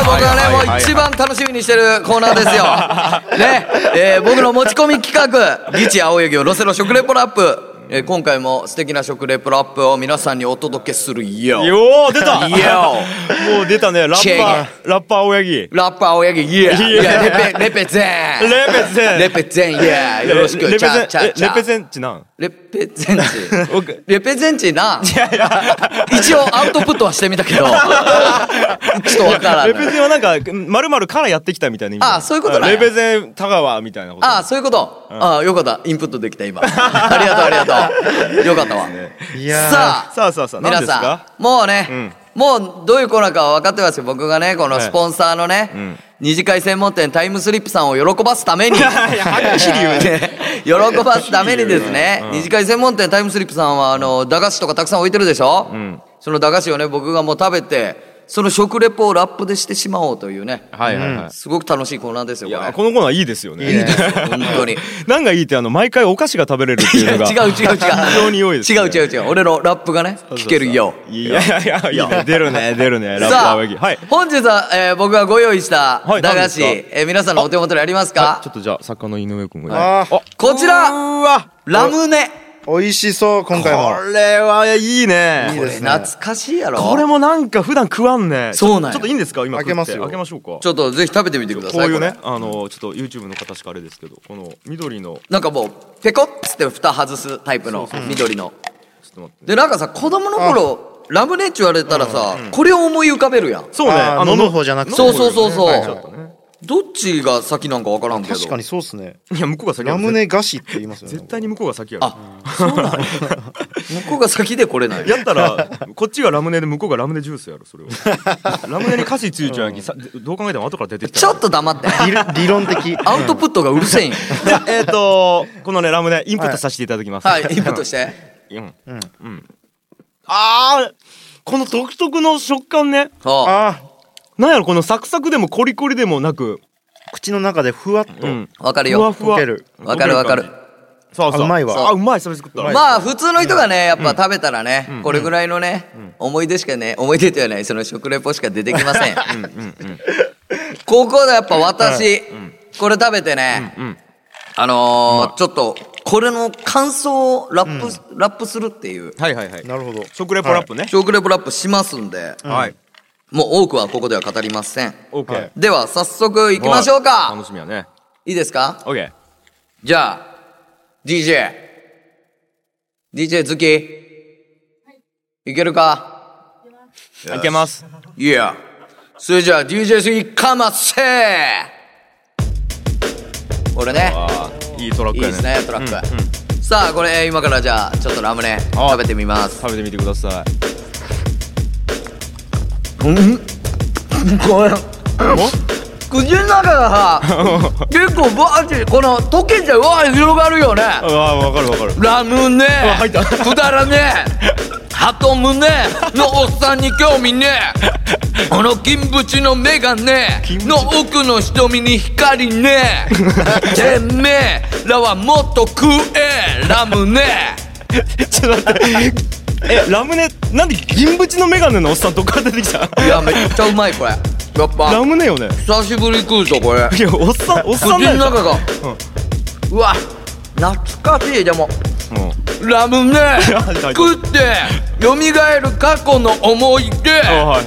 [SPEAKER 5] 僕はね、はいはいはいはい、もう一番楽しみにしてるコーナーですよね、えー、僕の持ち込み企画ギチ青柳を乗せろ食レポラップ、えー、今回も素敵な食レポラップを皆さんにお届けするよ。
[SPEAKER 1] よー出た
[SPEAKER 5] よ
[SPEAKER 1] ーもう出たね。ラッパーラッパー青柳
[SPEAKER 5] ラッパー青柳イエーいやレペレペゼン
[SPEAKER 1] レペゼン
[SPEAKER 5] レペゼンイエーよろしく
[SPEAKER 1] レペゼン
[SPEAKER 5] チャチャチャ
[SPEAKER 1] レペゼンチなん
[SPEAKER 5] レペゼンチレペゼンチな一応アウトプットはしてみたけどちょっとわからない。
[SPEAKER 1] レペゼンはなんか丸々からやってきたみたいな意味。
[SPEAKER 5] ああそういうことね。
[SPEAKER 1] レペゼン田川みたいなこと。
[SPEAKER 5] ああそういうこと、うん、ああよかったインプットできた今ありがとうありがとうよかったわ。
[SPEAKER 3] いや
[SPEAKER 5] さあ
[SPEAKER 1] さあさあさあ
[SPEAKER 5] 皆さんもうね、うん、もうどういうコーナーかは分かってますよ。僕がねこのスポンサーのね、はいうん二次会専門店タイムスリップさんを喜ばすために喜ばすためにですね、うん、二次会専門店タイムスリップさんはあの駄菓子とかたくさん置いてるでしょ、うん、その駄菓子をね僕がもう食べてその食レポをラップでしてしまおうというね、はいはいはい、すごく楽しいコーナーですよ。
[SPEAKER 1] いや
[SPEAKER 5] これ
[SPEAKER 1] このコーナーいいですよね。
[SPEAKER 5] いいですよ本当に
[SPEAKER 1] 何がいいってあの毎回お菓子が食べれるっていうのが
[SPEAKER 5] 違う違う違う
[SPEAKER 1] 非常に良いです、ね、
[SPEAKER 5] 違う違う違う俺のラップがね聞けるよ。
[SPEAKER 1] いやいやいやいや出るね出るねラップ青柳。はい
[SPEAKER 5] 本日は、えー、僕がご用意した駄菓子、はい、えー、皆さんのお手元にありますか。
[SPEAKER 1] はい、ちょっとじゃあ作家の井上君が
[SPEAKER 5] あこちらうわラムネ
[SPEAKER 3] 美味しそう今回も。
[SPEAKER 1] これはいいね。
[SPEAKER 5] これ懐かしいやろ。
[SPEAKER 1] これもなんか普段食わんね。
[SPEAKER 5] そうなんや。
[SPEAKER 1] ちょっといいんですか今
[SPEAKER 3] 開けますよ。
[SPEAKER 1] 開けましょうか。
[SPEAKER 5] ちょっとぜひ食べてみてください。
[SPEAKER 1] こういうねあのちょっと YouTube の方しかあれですけどこの緑の
[SPEAKER 5] なんかもうペコッつって蓋外すタイプの緑の。ちょっと待って。でなんかさ子供の頃ラムネって言われたらさ、うんうん、これを思い浮かべるやん。
[SPEAKER 1] そうね
[SPEAKER 3] あの飲む方じゃなくて。
[SPEAKER 5] そうそうそうそう。
[SPEAKER 3] はい
[SPEAKER 5] ね、どっちが先なんか分からんけど。
[SPEAKER 3] 確かにそうっすね。
[SPEAKER 1] いや向こうが先
[SPEAKER 3] ラムネ菓子って言いますよね。
[SPEAKER 1] 絶対に向こうが先やろ。
[SPEAKER 5] あ、そうなの向こうが先でこれない。
[SPEAKER 1] やったらこっちがラムネで向こうがラムネジュースやろそれを。ラムネに菓子ついちゃうやき、うん、どう考えても後から出てきた。
[SPEAKER 5] ちょっと黙って。
[SPEAKER 3] 理論的。
[SPEAKER 5] アウトプットがうるせえんよ。
[SPEAKER 1] じゃえっとこのねラムネインプットさせていただきます。
[SPEAKER 5] はい、はい、インプットして。
[SPEAKER 1] うんうんうん。ああこの独特の食感ね。
[SPEAKER 5] ああ。
[SPEAKER 1] なんやろこのサクサクでもコリコリでもなく。
[SPEAKER 3] 口の中でふわっと、うん、
[SPEAKER 5] 分かるよ。
[SPEAKER 1] ふわふわ
[SPEAKER 3] 溶ける。
[SPEAKER 5] 分かる分かる。
[SPEAKER 1] そうそう。
[SPEAKER 3] うまいわ。
[SPEAKER 1] あうまいそれ作った。
[SPEAKER 5] まあ普通の人がねやっぱ食べたらね、うん、これぐらいのね、うん、思い出しかね思い出ではないその食レポしか出てきません。 ここでやっぱ私、これ食べてね、
[SPEAKER 1] うんうん
[SPEAKER 5] あのー、ちょっとこれの感想をラップ、うん、ラップするっていう、
[SPEAKER 1] はいはいはい、
[SPEAKER 3] なるほど、
[SPEAKER 1] 食レポラップね、
[SPEAKER 5] 食レポラップしますんで、
[SPEAKER 1] はい、
[SPEAKER 5] もう多くはここでは語りません。
[SPEAKER 1] OK、
[SPEAKER 5] では早速いきましょうか。
[SPEAKER 1] 楽しみやね。
[SPEAKER 5] いいですか？
[SPEAKER 1] OK。
[SPEAKER 5] じゃあ ディージェー ディージェー 好きいけるか？
[SPEAKER 1] いけます。
[SPEAKER 5] いや、それじゃあ ディージェー いかませー。これね、
[SPEAKER 1] いいトラックやね。
[SPEAKER 5] いいですね、トラック、
[SPEAKER 1] うんうん、
[SPEAKER 5] さあこれ今からじゃあちょっとラムネ食べてみます。
[SPEAKER 1] 食べてみてくださ
[SPEAKER 5] い。うんこれ口の中がさ結構バーってこの溶けてわー広がるよね。
[SPEAKER 1] ああ、わかるわかる。
[SPEAKER 5] ラムネくだらねえ鳩胸のおっさんに興味ねえこの金縁の目がねの奥の瞳に光ねえてめえらはもっと食えラムネ
[SPEAKER 1] ちょっと待ってえ、ラムネなんで銀縁のメガネのおっさんどっから出てきた？
[SPEAKER 5] いやめっちゃうまいこれ。やっぱ
[SPEAKER 1] ラムネよね。
[SPEAKER 5] 久しぶり食うとこれ。
[SPEAKER 1] いやおっさんおっさん
[SPEAKER 5] 口の中が、うん、うわ懐かしい。でも、うん、ラムネ食って蘇る過去の思い出、はい、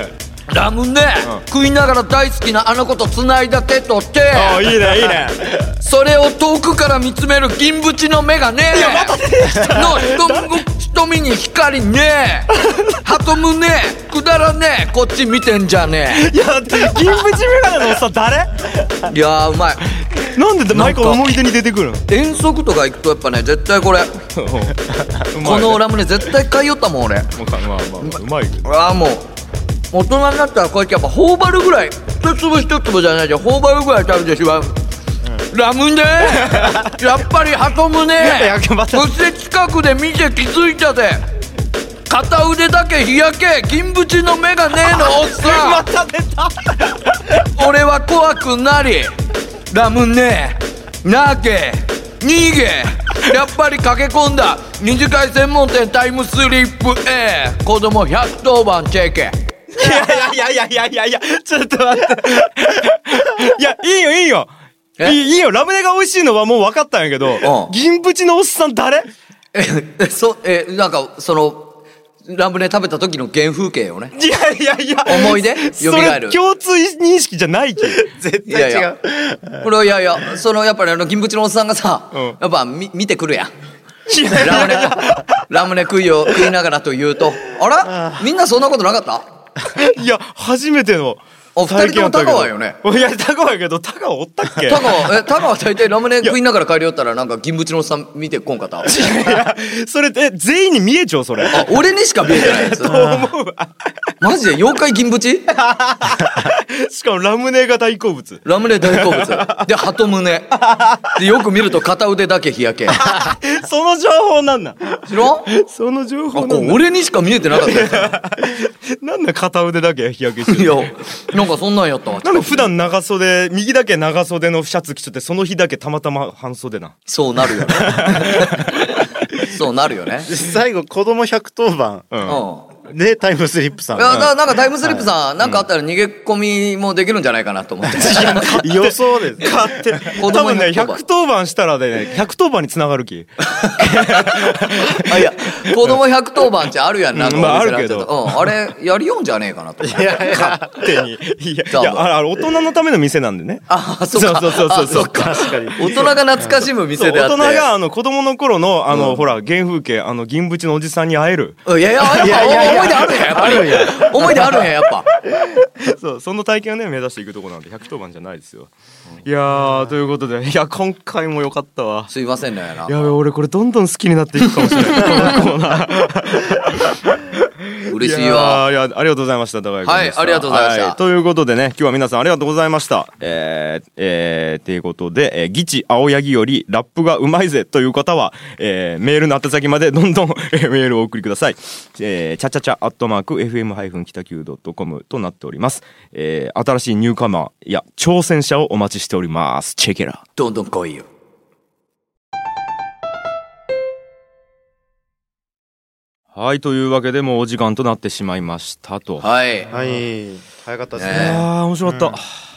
[SPEAKER 5] ラムネ、うん、食いながら大好きなあの子と繋いだ手と手。
[SPEAKER 1] ああいいねいいね
[SPEAKER 5] それを遠くから見つめる銀縁の目がね
[SPEAKER 1] いやまた出てきた
[SPEAKER 5] の瞳に光ねえ鳩胸くだらねえこっち見てんじゃね
[SPEAKER 1] え。いや銀縁メガネのおっさん誰？
[SPEAKER 5] いやーうまい。
[SPEAKER 1] なんで毎回思い出に出てくるの？
[SPEAKER 5] 遠足とか行くとやっぱね絶対これこのラムネ絶対買いよったもん俺。
[SPEAKER 1] まあまあまあうまいけど。
[SPEAKER 5] ああもう大人になったらこうやってやっぱ頬張るぐらい一粒一粒じゃないじゃん頬張るぐらい食べてしまう、うん、ラムネやっぱり鳩胸そして近くで見て気づいたぜ片腕だけ日焼け金縁の目がねえのおっさん
[SPEAKER 1] また出た
[SPEAKER 5] 俺は怖くなりラムネ投げ逃げやっぱり駆け込んだ二次会専門店タイムスリップへ子供ひゃくとおばんチェケ。
[SPEAKER 1] いやいやいやいやいやいやちょっと待っていやいいよいいよいいいいよラムネが美味しいのはもう分かったんやけど、うん、銀縁のおっさん誰？
[SPEAKER 5] えそえなんかそのラムネ食べた時の原風景よね。
[SPEAKER 1] いやいやいや
[SPEAKER 5] 思い出蘇る。
[SPEAKER 1] それ共通認識じゃないけど絶対違う。いやいや
[SPEAKER 5] これはいやいやそのやっぱりあの銀縁のおっさんがさ、うん、やっぱみ見てくるやんラムネラムネ食いを食いながらと言うとあらみんなそんなことなかった？
[SPEAKER 1] いや初めての
[SPEAKER 5] お二人とも田川よね。
[SPEAKER 1] いや田川やけど田川おったっけ？
[SPEAKER 5] 田川え田川大体ラムネ食いながら帰りよったらなんか銀縁のおっさん見てこんかった。い
[SPEAKER 1] やそれえ全員に見えちゃうそれ。
[SPEAKER 5] あ俺にしか見えてないやつ。
[SPEAKER 1] と思うわ
[SPEAKER 5] マジで妖怪銀縁
[SPEAKER 1] しかもラムネが大好物。
[SPEAKER 5] ラムネ大好物で鳩胸でよく見ると片腕だけ日焼け
[SPEAKER 1] その情報なんなん
[SPEAKER 5] 知らん？
[SPEAKER 1] その情報なんなん
[SPEAKER 5] 俺にしか見えてなかったや
[SPEAKER 1] つなんだ片腕だけ日焼けしてる。
[SPEAKER 5] いやなんかそんなんやったわ。
[SPEAKER 1] なんか普段長袖右だけ長袖のシャツ着ちゃってその日だけたまたま半袖な。
[SPEAKER 5] そうなるよねそうなるよね。
[SPEAKER 3] 最後子供ひゃくとおばん、うん、でタイムスリップさん。
[SPEAKER 5] いやだなんかタイムスリップさん、はい、なんかあったら逃げ込みもできるんじゃないかなと思って。
[SPEAKER 3] 予想です。
[SPEAKER 1] 勝手多分ねひゃくとおばんしたらねひゃくとおばんにつながる気。
[SPEAKER 5] あいや子供ひゃくとおばんってあるやんなんか、
[SPEAKER 1] うん、まああるけど、
[SPEAKER 5] うん、あれやりよんじゃねえかなと思って。いやいや
[SPEAKER 1] 勝手にいやいやあれ大人のための店なんでね。
[SPEAKER 5] ああそうか
[SPEAKER 1] そうそうそうそう。
[SPEAKER 5] 確かに大人が懐かしむ店であって
[SPEAKER 1] 大人があの子供の頃のあの、うん、ほら原風景あの銀縁のおじさんに会える。
[SPEAKER 5] いやいややっぱ思い出あるんややっぱり思い出あるんややっぱ
[SPEAKER 1] そうその体験をね目指していくとこなんでひゃくとおばんじゃないですよ。いやーということでいや今回も良かったわ。
[SPEAKER 5] すいませんね。
[SPEAKER 1] やべ俺これどんどん好きになっていくかもしれないこのコーナー
[SPEAKER 5] 嬉しいわ。
[SPEAKER 1] いやいやありがとうございました高井君。
[SPEAKER 5] はいありがとうございました、
[SPEAKER 1] はい、ということでね今日は皆さんありがとうございました。えー、えー、ということで、えー、ギチ青柳よりラップがうまいぜという方は、えー、メールの宛先までどんどんメールをお送りください。えー、チャチャチャアットマーク エフエム 北九 ドットコム となっております。えー、新しいニューカマーいや挑戦者をお待ちしております。チェケラ
[SPEAKER 5] どんどん来いよ。
[SPEAKER 1] はいというわけでもうお時間となってしまいましたと。
[SPEAKER 5] はい
[SPEAKER 3] はい早かったですね。
[SPEAKER 1] あー面白かった、うん、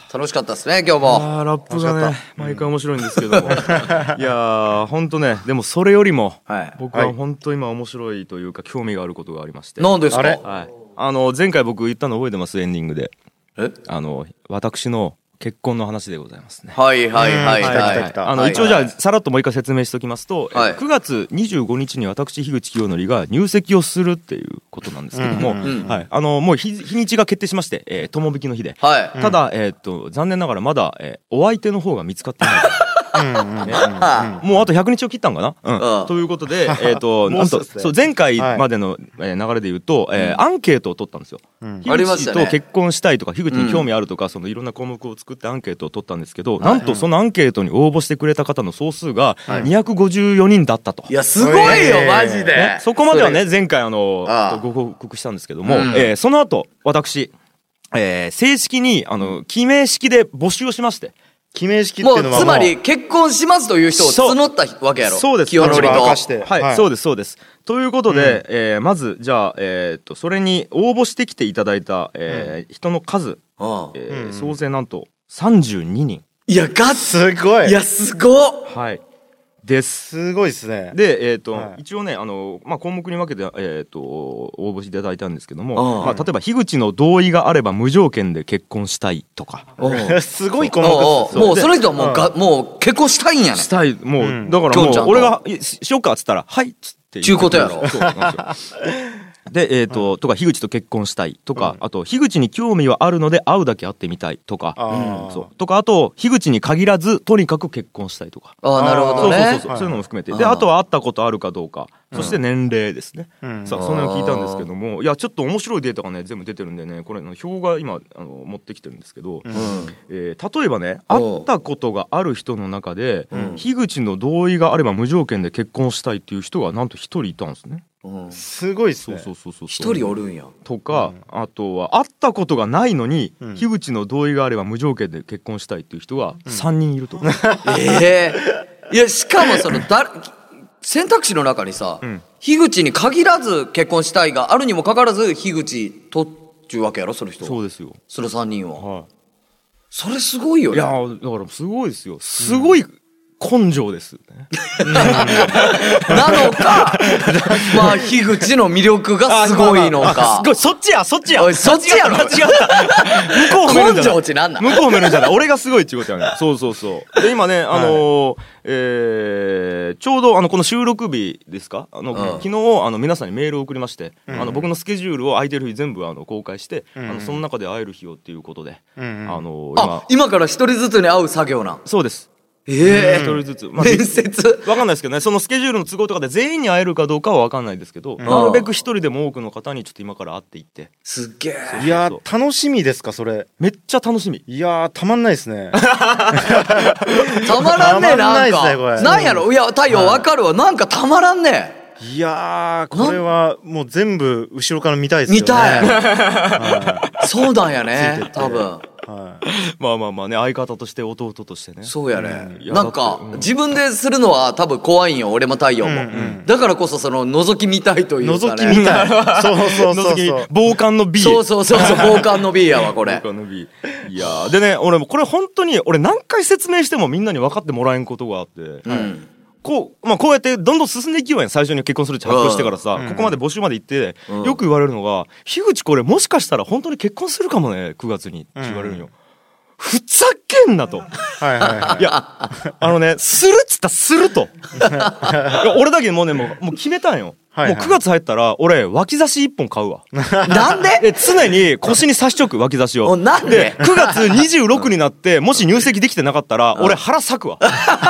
[SPEAKER 5] 楽しかったですね今日も。
[SPEAKER 1] あーラップがね毎回面白いんですけどもいやーほんとねでもそれよりも、はい、僕は本当今面白いというか興味があることがありまして。
[SPEAKER 5] 何ですか？
[SPEAKER 1] はい、あの前回僕言ったの覚えてます？エンディングでえあの私の結婚の話でございますね。
[SPEAKER 5] はいはいはいはい。
[SPEAKER 1] あの一応じゃあさらっともう一回説明しておきますと、はい、くがつにじゅうごにちに私樋口清則が入籍をするっていうことなんですけども、うんうんはい、あのもう日日にちが決定しまして、えー、友引きの日で、はい、ただ、えー、っと残念ながらまだ、えー、お相手の方が見つかってないもうあとひゃくにちを切ったんかな、うん、ということで、えー、となんとそう前回までの流れで言うと、はいえー、アンケートを取ったんですよ、うん、樋口と結婚したいとか樋口に興味あるとか、うん、そのいろんな項目を作ってアンケートを取ったんですけど、うん、なんとそのアンケートに応募してくれた方の総数がにひゃくごじゅうよにんだったと、
[SPEAKER 5] はい、いやすごいよマジで、ね、
[SPEAKER 1] そこまではね前回あのご報告したんですけども、うんえー、その後私、えー、正式にあの記名式で募集をしまして
[SPEAKER 3] 記名式っていうのはもう
[SPEAKER 5] つまり結婚しますという人を募ったわけやろ。
[SPEAKER 1] そうです。
[SPEAKER 5] 清則と
[SPEAKER 1] はい、はい、そうですそうです。ということで、うんえー、まずじゃあ、えー、っとそれに応募してきていただいた、えーうん、人の数、うんえー、総勢なんとさんじゅうににん。
[SPEAKER 5] いやガッ
[SPEAKER 3] すごい。
[SPEAKER 5] いやすごっ。
[SPEAKER 1] はいです。
[SPEAKER 3] すごいですね。
[SPEAKER 1] で、えーとはい、一応ねあの、まあ、項目に分けて、えー、と応募していただいたんですけども、まあ、例えば樋口の同意があれば無条件で結婚したいとか
[SPEAKER 3] すごい項目
[SPEAKER 5] です。もうその人はもうがもう結婚したいんやね。
[SPEAKER 1] したいもう、うん、だからもう俺がしよっかっつったらはいっつって
[SPEAKER 5] ちゅうことやろ。そうなん
[SPEAKER 1] ですよで、えーと、うん、とか樋口と結婚したいとか、うん、あと樋口に興味はあるので会うだけ会ってみたいとか、うん、そうとかあと樋口に限らずとにかく結婚したいとか
[SPEAKER 5] ああなるほどね
[SPEAKER 1] そうそうそう、はい、そういうのも含めてであとは会ったことあるかどうか、うん、そして年齢ですね、うん、さあその辺を聞いたんですけどもいやちょっと面白いデータがね全部出てるんでねこれの表が今あの持ってきてるんですけど、うんえー、例えばね会ったことがある人の中で、うん、樋口の同意があれば無条件で結婚したいっていう人がなんとひとりいたんですね。
[SPEAKER 3] うん、すごいっすね。
[SPEAKER 5] そうそうそうそう一人おるんや
[SPEAKER 1] とか、うん、あとは会ったことがないのに、うん、樋口の同意があれば無条件で結婚したいっていう人がさんにんいると、うん、
[SPEAKER 5] ええー、いやしかもそのだ選択肢の中にさ、うん、樋口に限らず結婚したいがあるにもかかわらず樋口とっちゅうわけやろその人は。
[SPEAKER 1] そうですよ
[SPEAKER 5] そのさんにんは、はい、それすごいよね。
[SPEAKER 1] いやだからすごいですよすごい、うん根性です、ね、
[SPEAKER 5] なのかまあ樋口の魅力がすごいのか
[SPEAKER 1] すごいそっちやそっちや
[SPEAKER 5] おいそっちやろ
[SPEAKER 1] 間違った向こう褒めるんじゃない
[SPEAKER 5] 根性値なんなん
[SPEAKER 1] 向こう褒めるんじゃない俺がすごいっていうことやねそうそうそうで今ねあのーはいえー、ちょうどあのこの収録日ですかあの、うん、昨日あの皆さんにメールを送りまして、うん、あの僕のスケジュールを空いてる日全部あの公開して、うん、あのその中で会える日をっていうことで、うん、あのー、
[SPEAKER 5] 今あ今から一人ずつに会う作業なん。
[SPEAKER 1] そうです
[SPEAKER 5] ええー、
[SPEAKER 1] 一人ずつ、まあ、
[SPEAKER 5] 面接
[SPEAKER 1] わかんないですけどねそのスケジュールの都合とかで全員に会えるかどうかはわかんないですけど、うん、なるべく一人でも多くの方にちょっと今から会っていって
[SPEAKER 5] すっげえ
[SPEAKER 3] いや楽しみですかそれ。
[SPEAKER 1] めっちゃ楽しみ。
[SPEAKER 3] いやたまんないですね
[SPEAKER 5] たまらんねなんかなんやろいや太陽わかるわ、はい、なんかたまらんね。
[SPEAKER 3] いやーこれはもう全部後ろから見たいですよね。
[SPEAKER 5] 見たい、はい、そうなんやね多分
[SPEAKER 1] はい、まあまあまあね相方として弟としてね
[SPEAKER 5] そうやね、うん、なんか、うん、自分でするのは多分怖いんよ俺も太陽も、うんうん、だからこそその覗き見たいというかね
[SPEAKER 3] 覗き見たいそうそうそうそう
[SPEAKER 1] 傍観の B
[SPEAKER 5] そうそうそうそう傍観の B やわこれ
[SPEAKER 1] 傍観の B いやでね俺もこれ本当に俺何回説明してもみんなに分かってもらえんことがあって、うんはいこうまあ、こうやってどんどん進んでいきようやん最初に結婚するって発表してからさ、うん、ここまで募集まで行って、うん、よく言われるのが樋口これもしかしたら本当に結婚するかもねくがつにって言われるんよ、うんふざけんなと。はいはいはい。いや、あのね、するっつったらすると。俺だけもうね、もう、もう決めたんよ。はいはい、もうくがつ入ったら、俺、脇差しいっぽん買うわ。
[SPEAKER 5] なんで
[SPEAKER 1] で常に腰に刺しとく、脇差しを。
[SPEAKER 5] なんで
[SPEAKER 1] で、くがつにじゅうろくになって、もし入籍できてなかったら、俺腹裂くわ。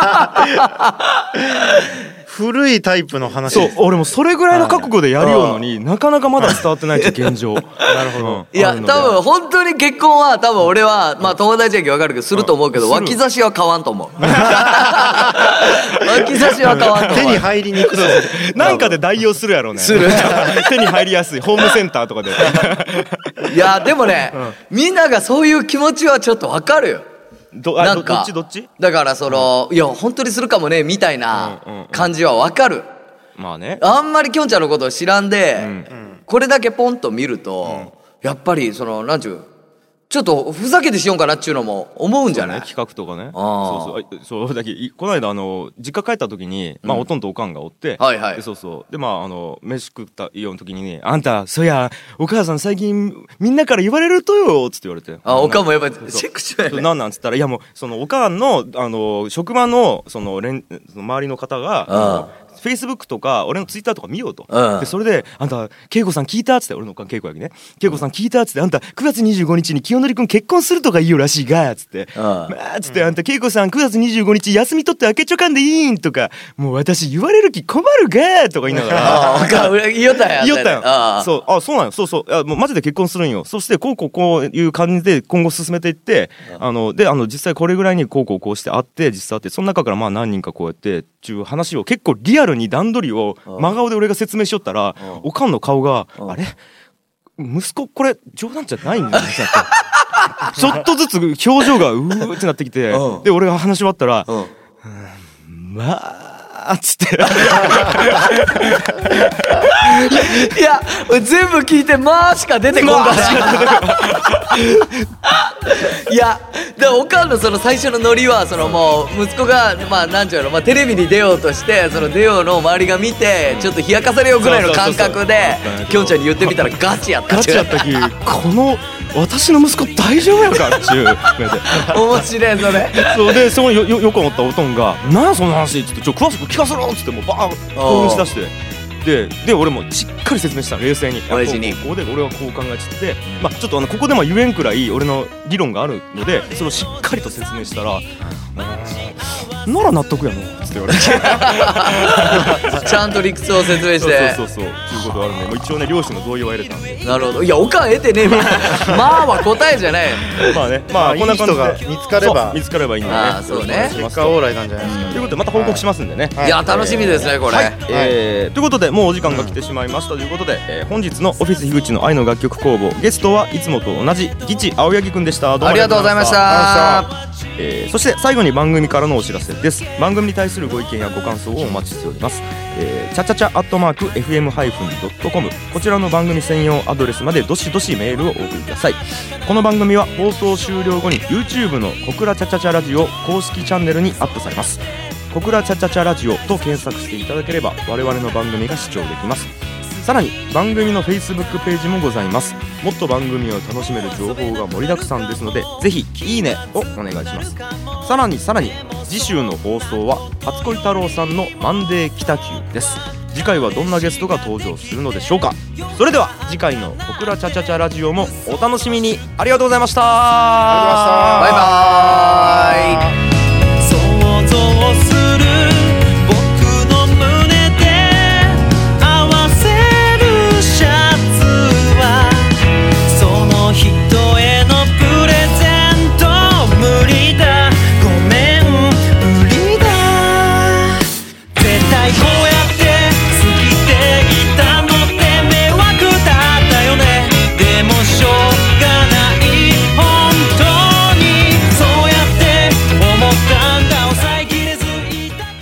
[SPEAKER 3] 古いタイプの話
[SPEAKER 1] です。そう俺もそれぐらいの覚悟でやるようのに、はい、なかなかまだ伝わってないって現状な
[SPEAKER 3] るほど、
[SPEAKER 5] うん、いや多分本当に結婚は多分俺はまあ友達やけど分かるけどすると思うけど、うん、脇差しは買わんと思う脇差しは買わんと思う
[SPEAKER 3] 手に入りにくそう
[SPEAKER 1] なんかで代用するやろうね
[SPEAKER 5] する
[SPEAKER 1] 手に入りやすいホームセンターとかで
[SPEAKER 5] いやでもね、うん、みんながそういう気持ちはちょっと分かるよ
[SPEAKER 1] どあなんかどっちどっち
[SPEAKER 5] だからその、うん、いや本当にするかもねみたいな感じは分かる、
[SPEAKER 1] うん、まあね
[SPEAKER 5] あんまりきょんちゃんのことを知らんで、うん、これだけポンと見ると、うん、やっぱりそのなんちゅうちょっとふざけてしようかなっちゅうのも思うんじゃない？
[SPEAKER 1] 企画とかね。
[SPEAKER 5] あ
[SPEAKER 1] そうそうそうだけこの間あの実家帰った時に、まあ、おとんとおかんがおって、
[SPEAKER 5] はいはい
[SPEAKER 1] でそうそうでまああの飯食ったような時にね、あんたそうやお母さん最近みんなから言われるとよっつって言われて、
[SPEAKER 5] あ、おかんもやっぱり
[SPEAKER 1] そう
[SPEAKER 5] チェックしないね。
[SPEAKER 1] なんなんつったら、いやもうそのおかんのあの職場のその連その周りの方が
[SPEAKER 5] あ
[SPEAKER 1] フェイスブックとか俺のツイッターとか見ようと、
[SPEAKER 5] うん
[SPEAKER 1] でそれであんた恵子さん聞いたっつって、俺のおかん恵子やきね、恵子さん聞いたっつって、あんたくがつにじゅうごにちに清則くん結婚するとか言うらしいがっつって、まあっつって、あんた恵子さんくがつにじゅうごにち休み取って開けちょかんでいいんとか、もう私言われる気困るがとか言いながら
[SPEAKER 5] あ、おかん言いよったんや。
[SPEAKER 1] 言いよったんよ。
[SPEAKER 5] あ
[SPEAKER 1] そう、あ、そうなんよ。そうそう。あ、もうマジで結婚するんよ。そしてこうこうこういう感じで今後進めていって、あのであの実際これぐらいにこうこうこうしてあって、実際あって、その中からまあ何人かこうやってちゅう話を結構リアルに段取りを真顔で俺が説明しよったら、おかんの顔があれ息子これ冗談じゃないんだよねちょっとずつ表情がうーってなってきて、で俺が話し終わったら、まあっつって
[SPEAKER 5] いや全部聞いてまあしか出てこんかったいやでおかんのその最初のノリはそのもう息子がまあなんちゅうの、まあ、テレビに出ようとしてその出ようの周りが見てちょっと冷やかされようぐらいの感覚できょんちゃんに言ってみたらガチやった
[SPEAKER 1] ガチやったきこの私の息子大丈夫やかっちゅう
[SPEAKER 5] 面白いそれ
[SPEAKER 1] そうでそのよよよく思ったおとんが「なんやその話」っつって「ちょ詳しく聞かせろ」っつってもうバーン興奮しだして。で, で俺もしっかり説明した冷静に
[SPEAKER 5] 親父に
[SPEAKER 1] こうこうで俺はこう考えちゃって、まあ、ちょっとあのここでも言えんくらい俺の理論があるのでそれをしっかりと説明したらなら納得やのっつって言われて
[SPEAKER 5] ちゃんと理屈を説明して
[SPEAKER 1] そうそうそうそうっていうことがあるんでもう一応ね両親の同意は得れたんで
[SPEAKER 5] なるほどいやおかん得てねえまあは答えじゃない
[SPEAKER 1] まあねまあこんな感じで
[SPEAKER 3] いい人が見つかれば
[SPEAKER 1] 見つかればいいんでね
[SPEAKER 5] あそうね
[SPEAKER 3] 結果オーライなんじゃないですか。
[SPEAKER 1] ということでまた報告しますんでね、
[SPEAKER 5] いや楽しみですねこれ、
[SPEAKER 1] はいえーということでもうお時間が来てしまいましたということで、えー本日のオフィス樋口の愛の楽曲工房ゲストはいつもと同じギチ青柳くんでした。どうも
[SPEAKER 5] ありがとうございました。
[SPEAKER 1] えーそして最後に番組からのお知らせです。番組に対するご意見やご感想をお待ちしております。えー、チャチャチャアットマーク エフエムハイフンドットコム こちらの番組専用アドレスまでどしどしメールをお送りください。この番組は放送終了後に YouTube の小倉チャチャチャラジオ公式チャンネルにアップされます。小倉チャチャチャラジオと検索していただければ我々の番組が視聴できます。さらに番組の Facebook ページもございます。もっと番組を楽しめる情報が盛りだくさんですのでぜひいいねをお願いします。さらにさらに次週の放送は初恋太郎さんのマンデー北九です。次回はどんなゲストが登場するのでしょうか。それでは次回の小倉チャチャチャラジオもお楽しみに。ありがとうございました。
[SPEAKER 3] ありがとうございました。
[SPEAKER 5] バイバーイ。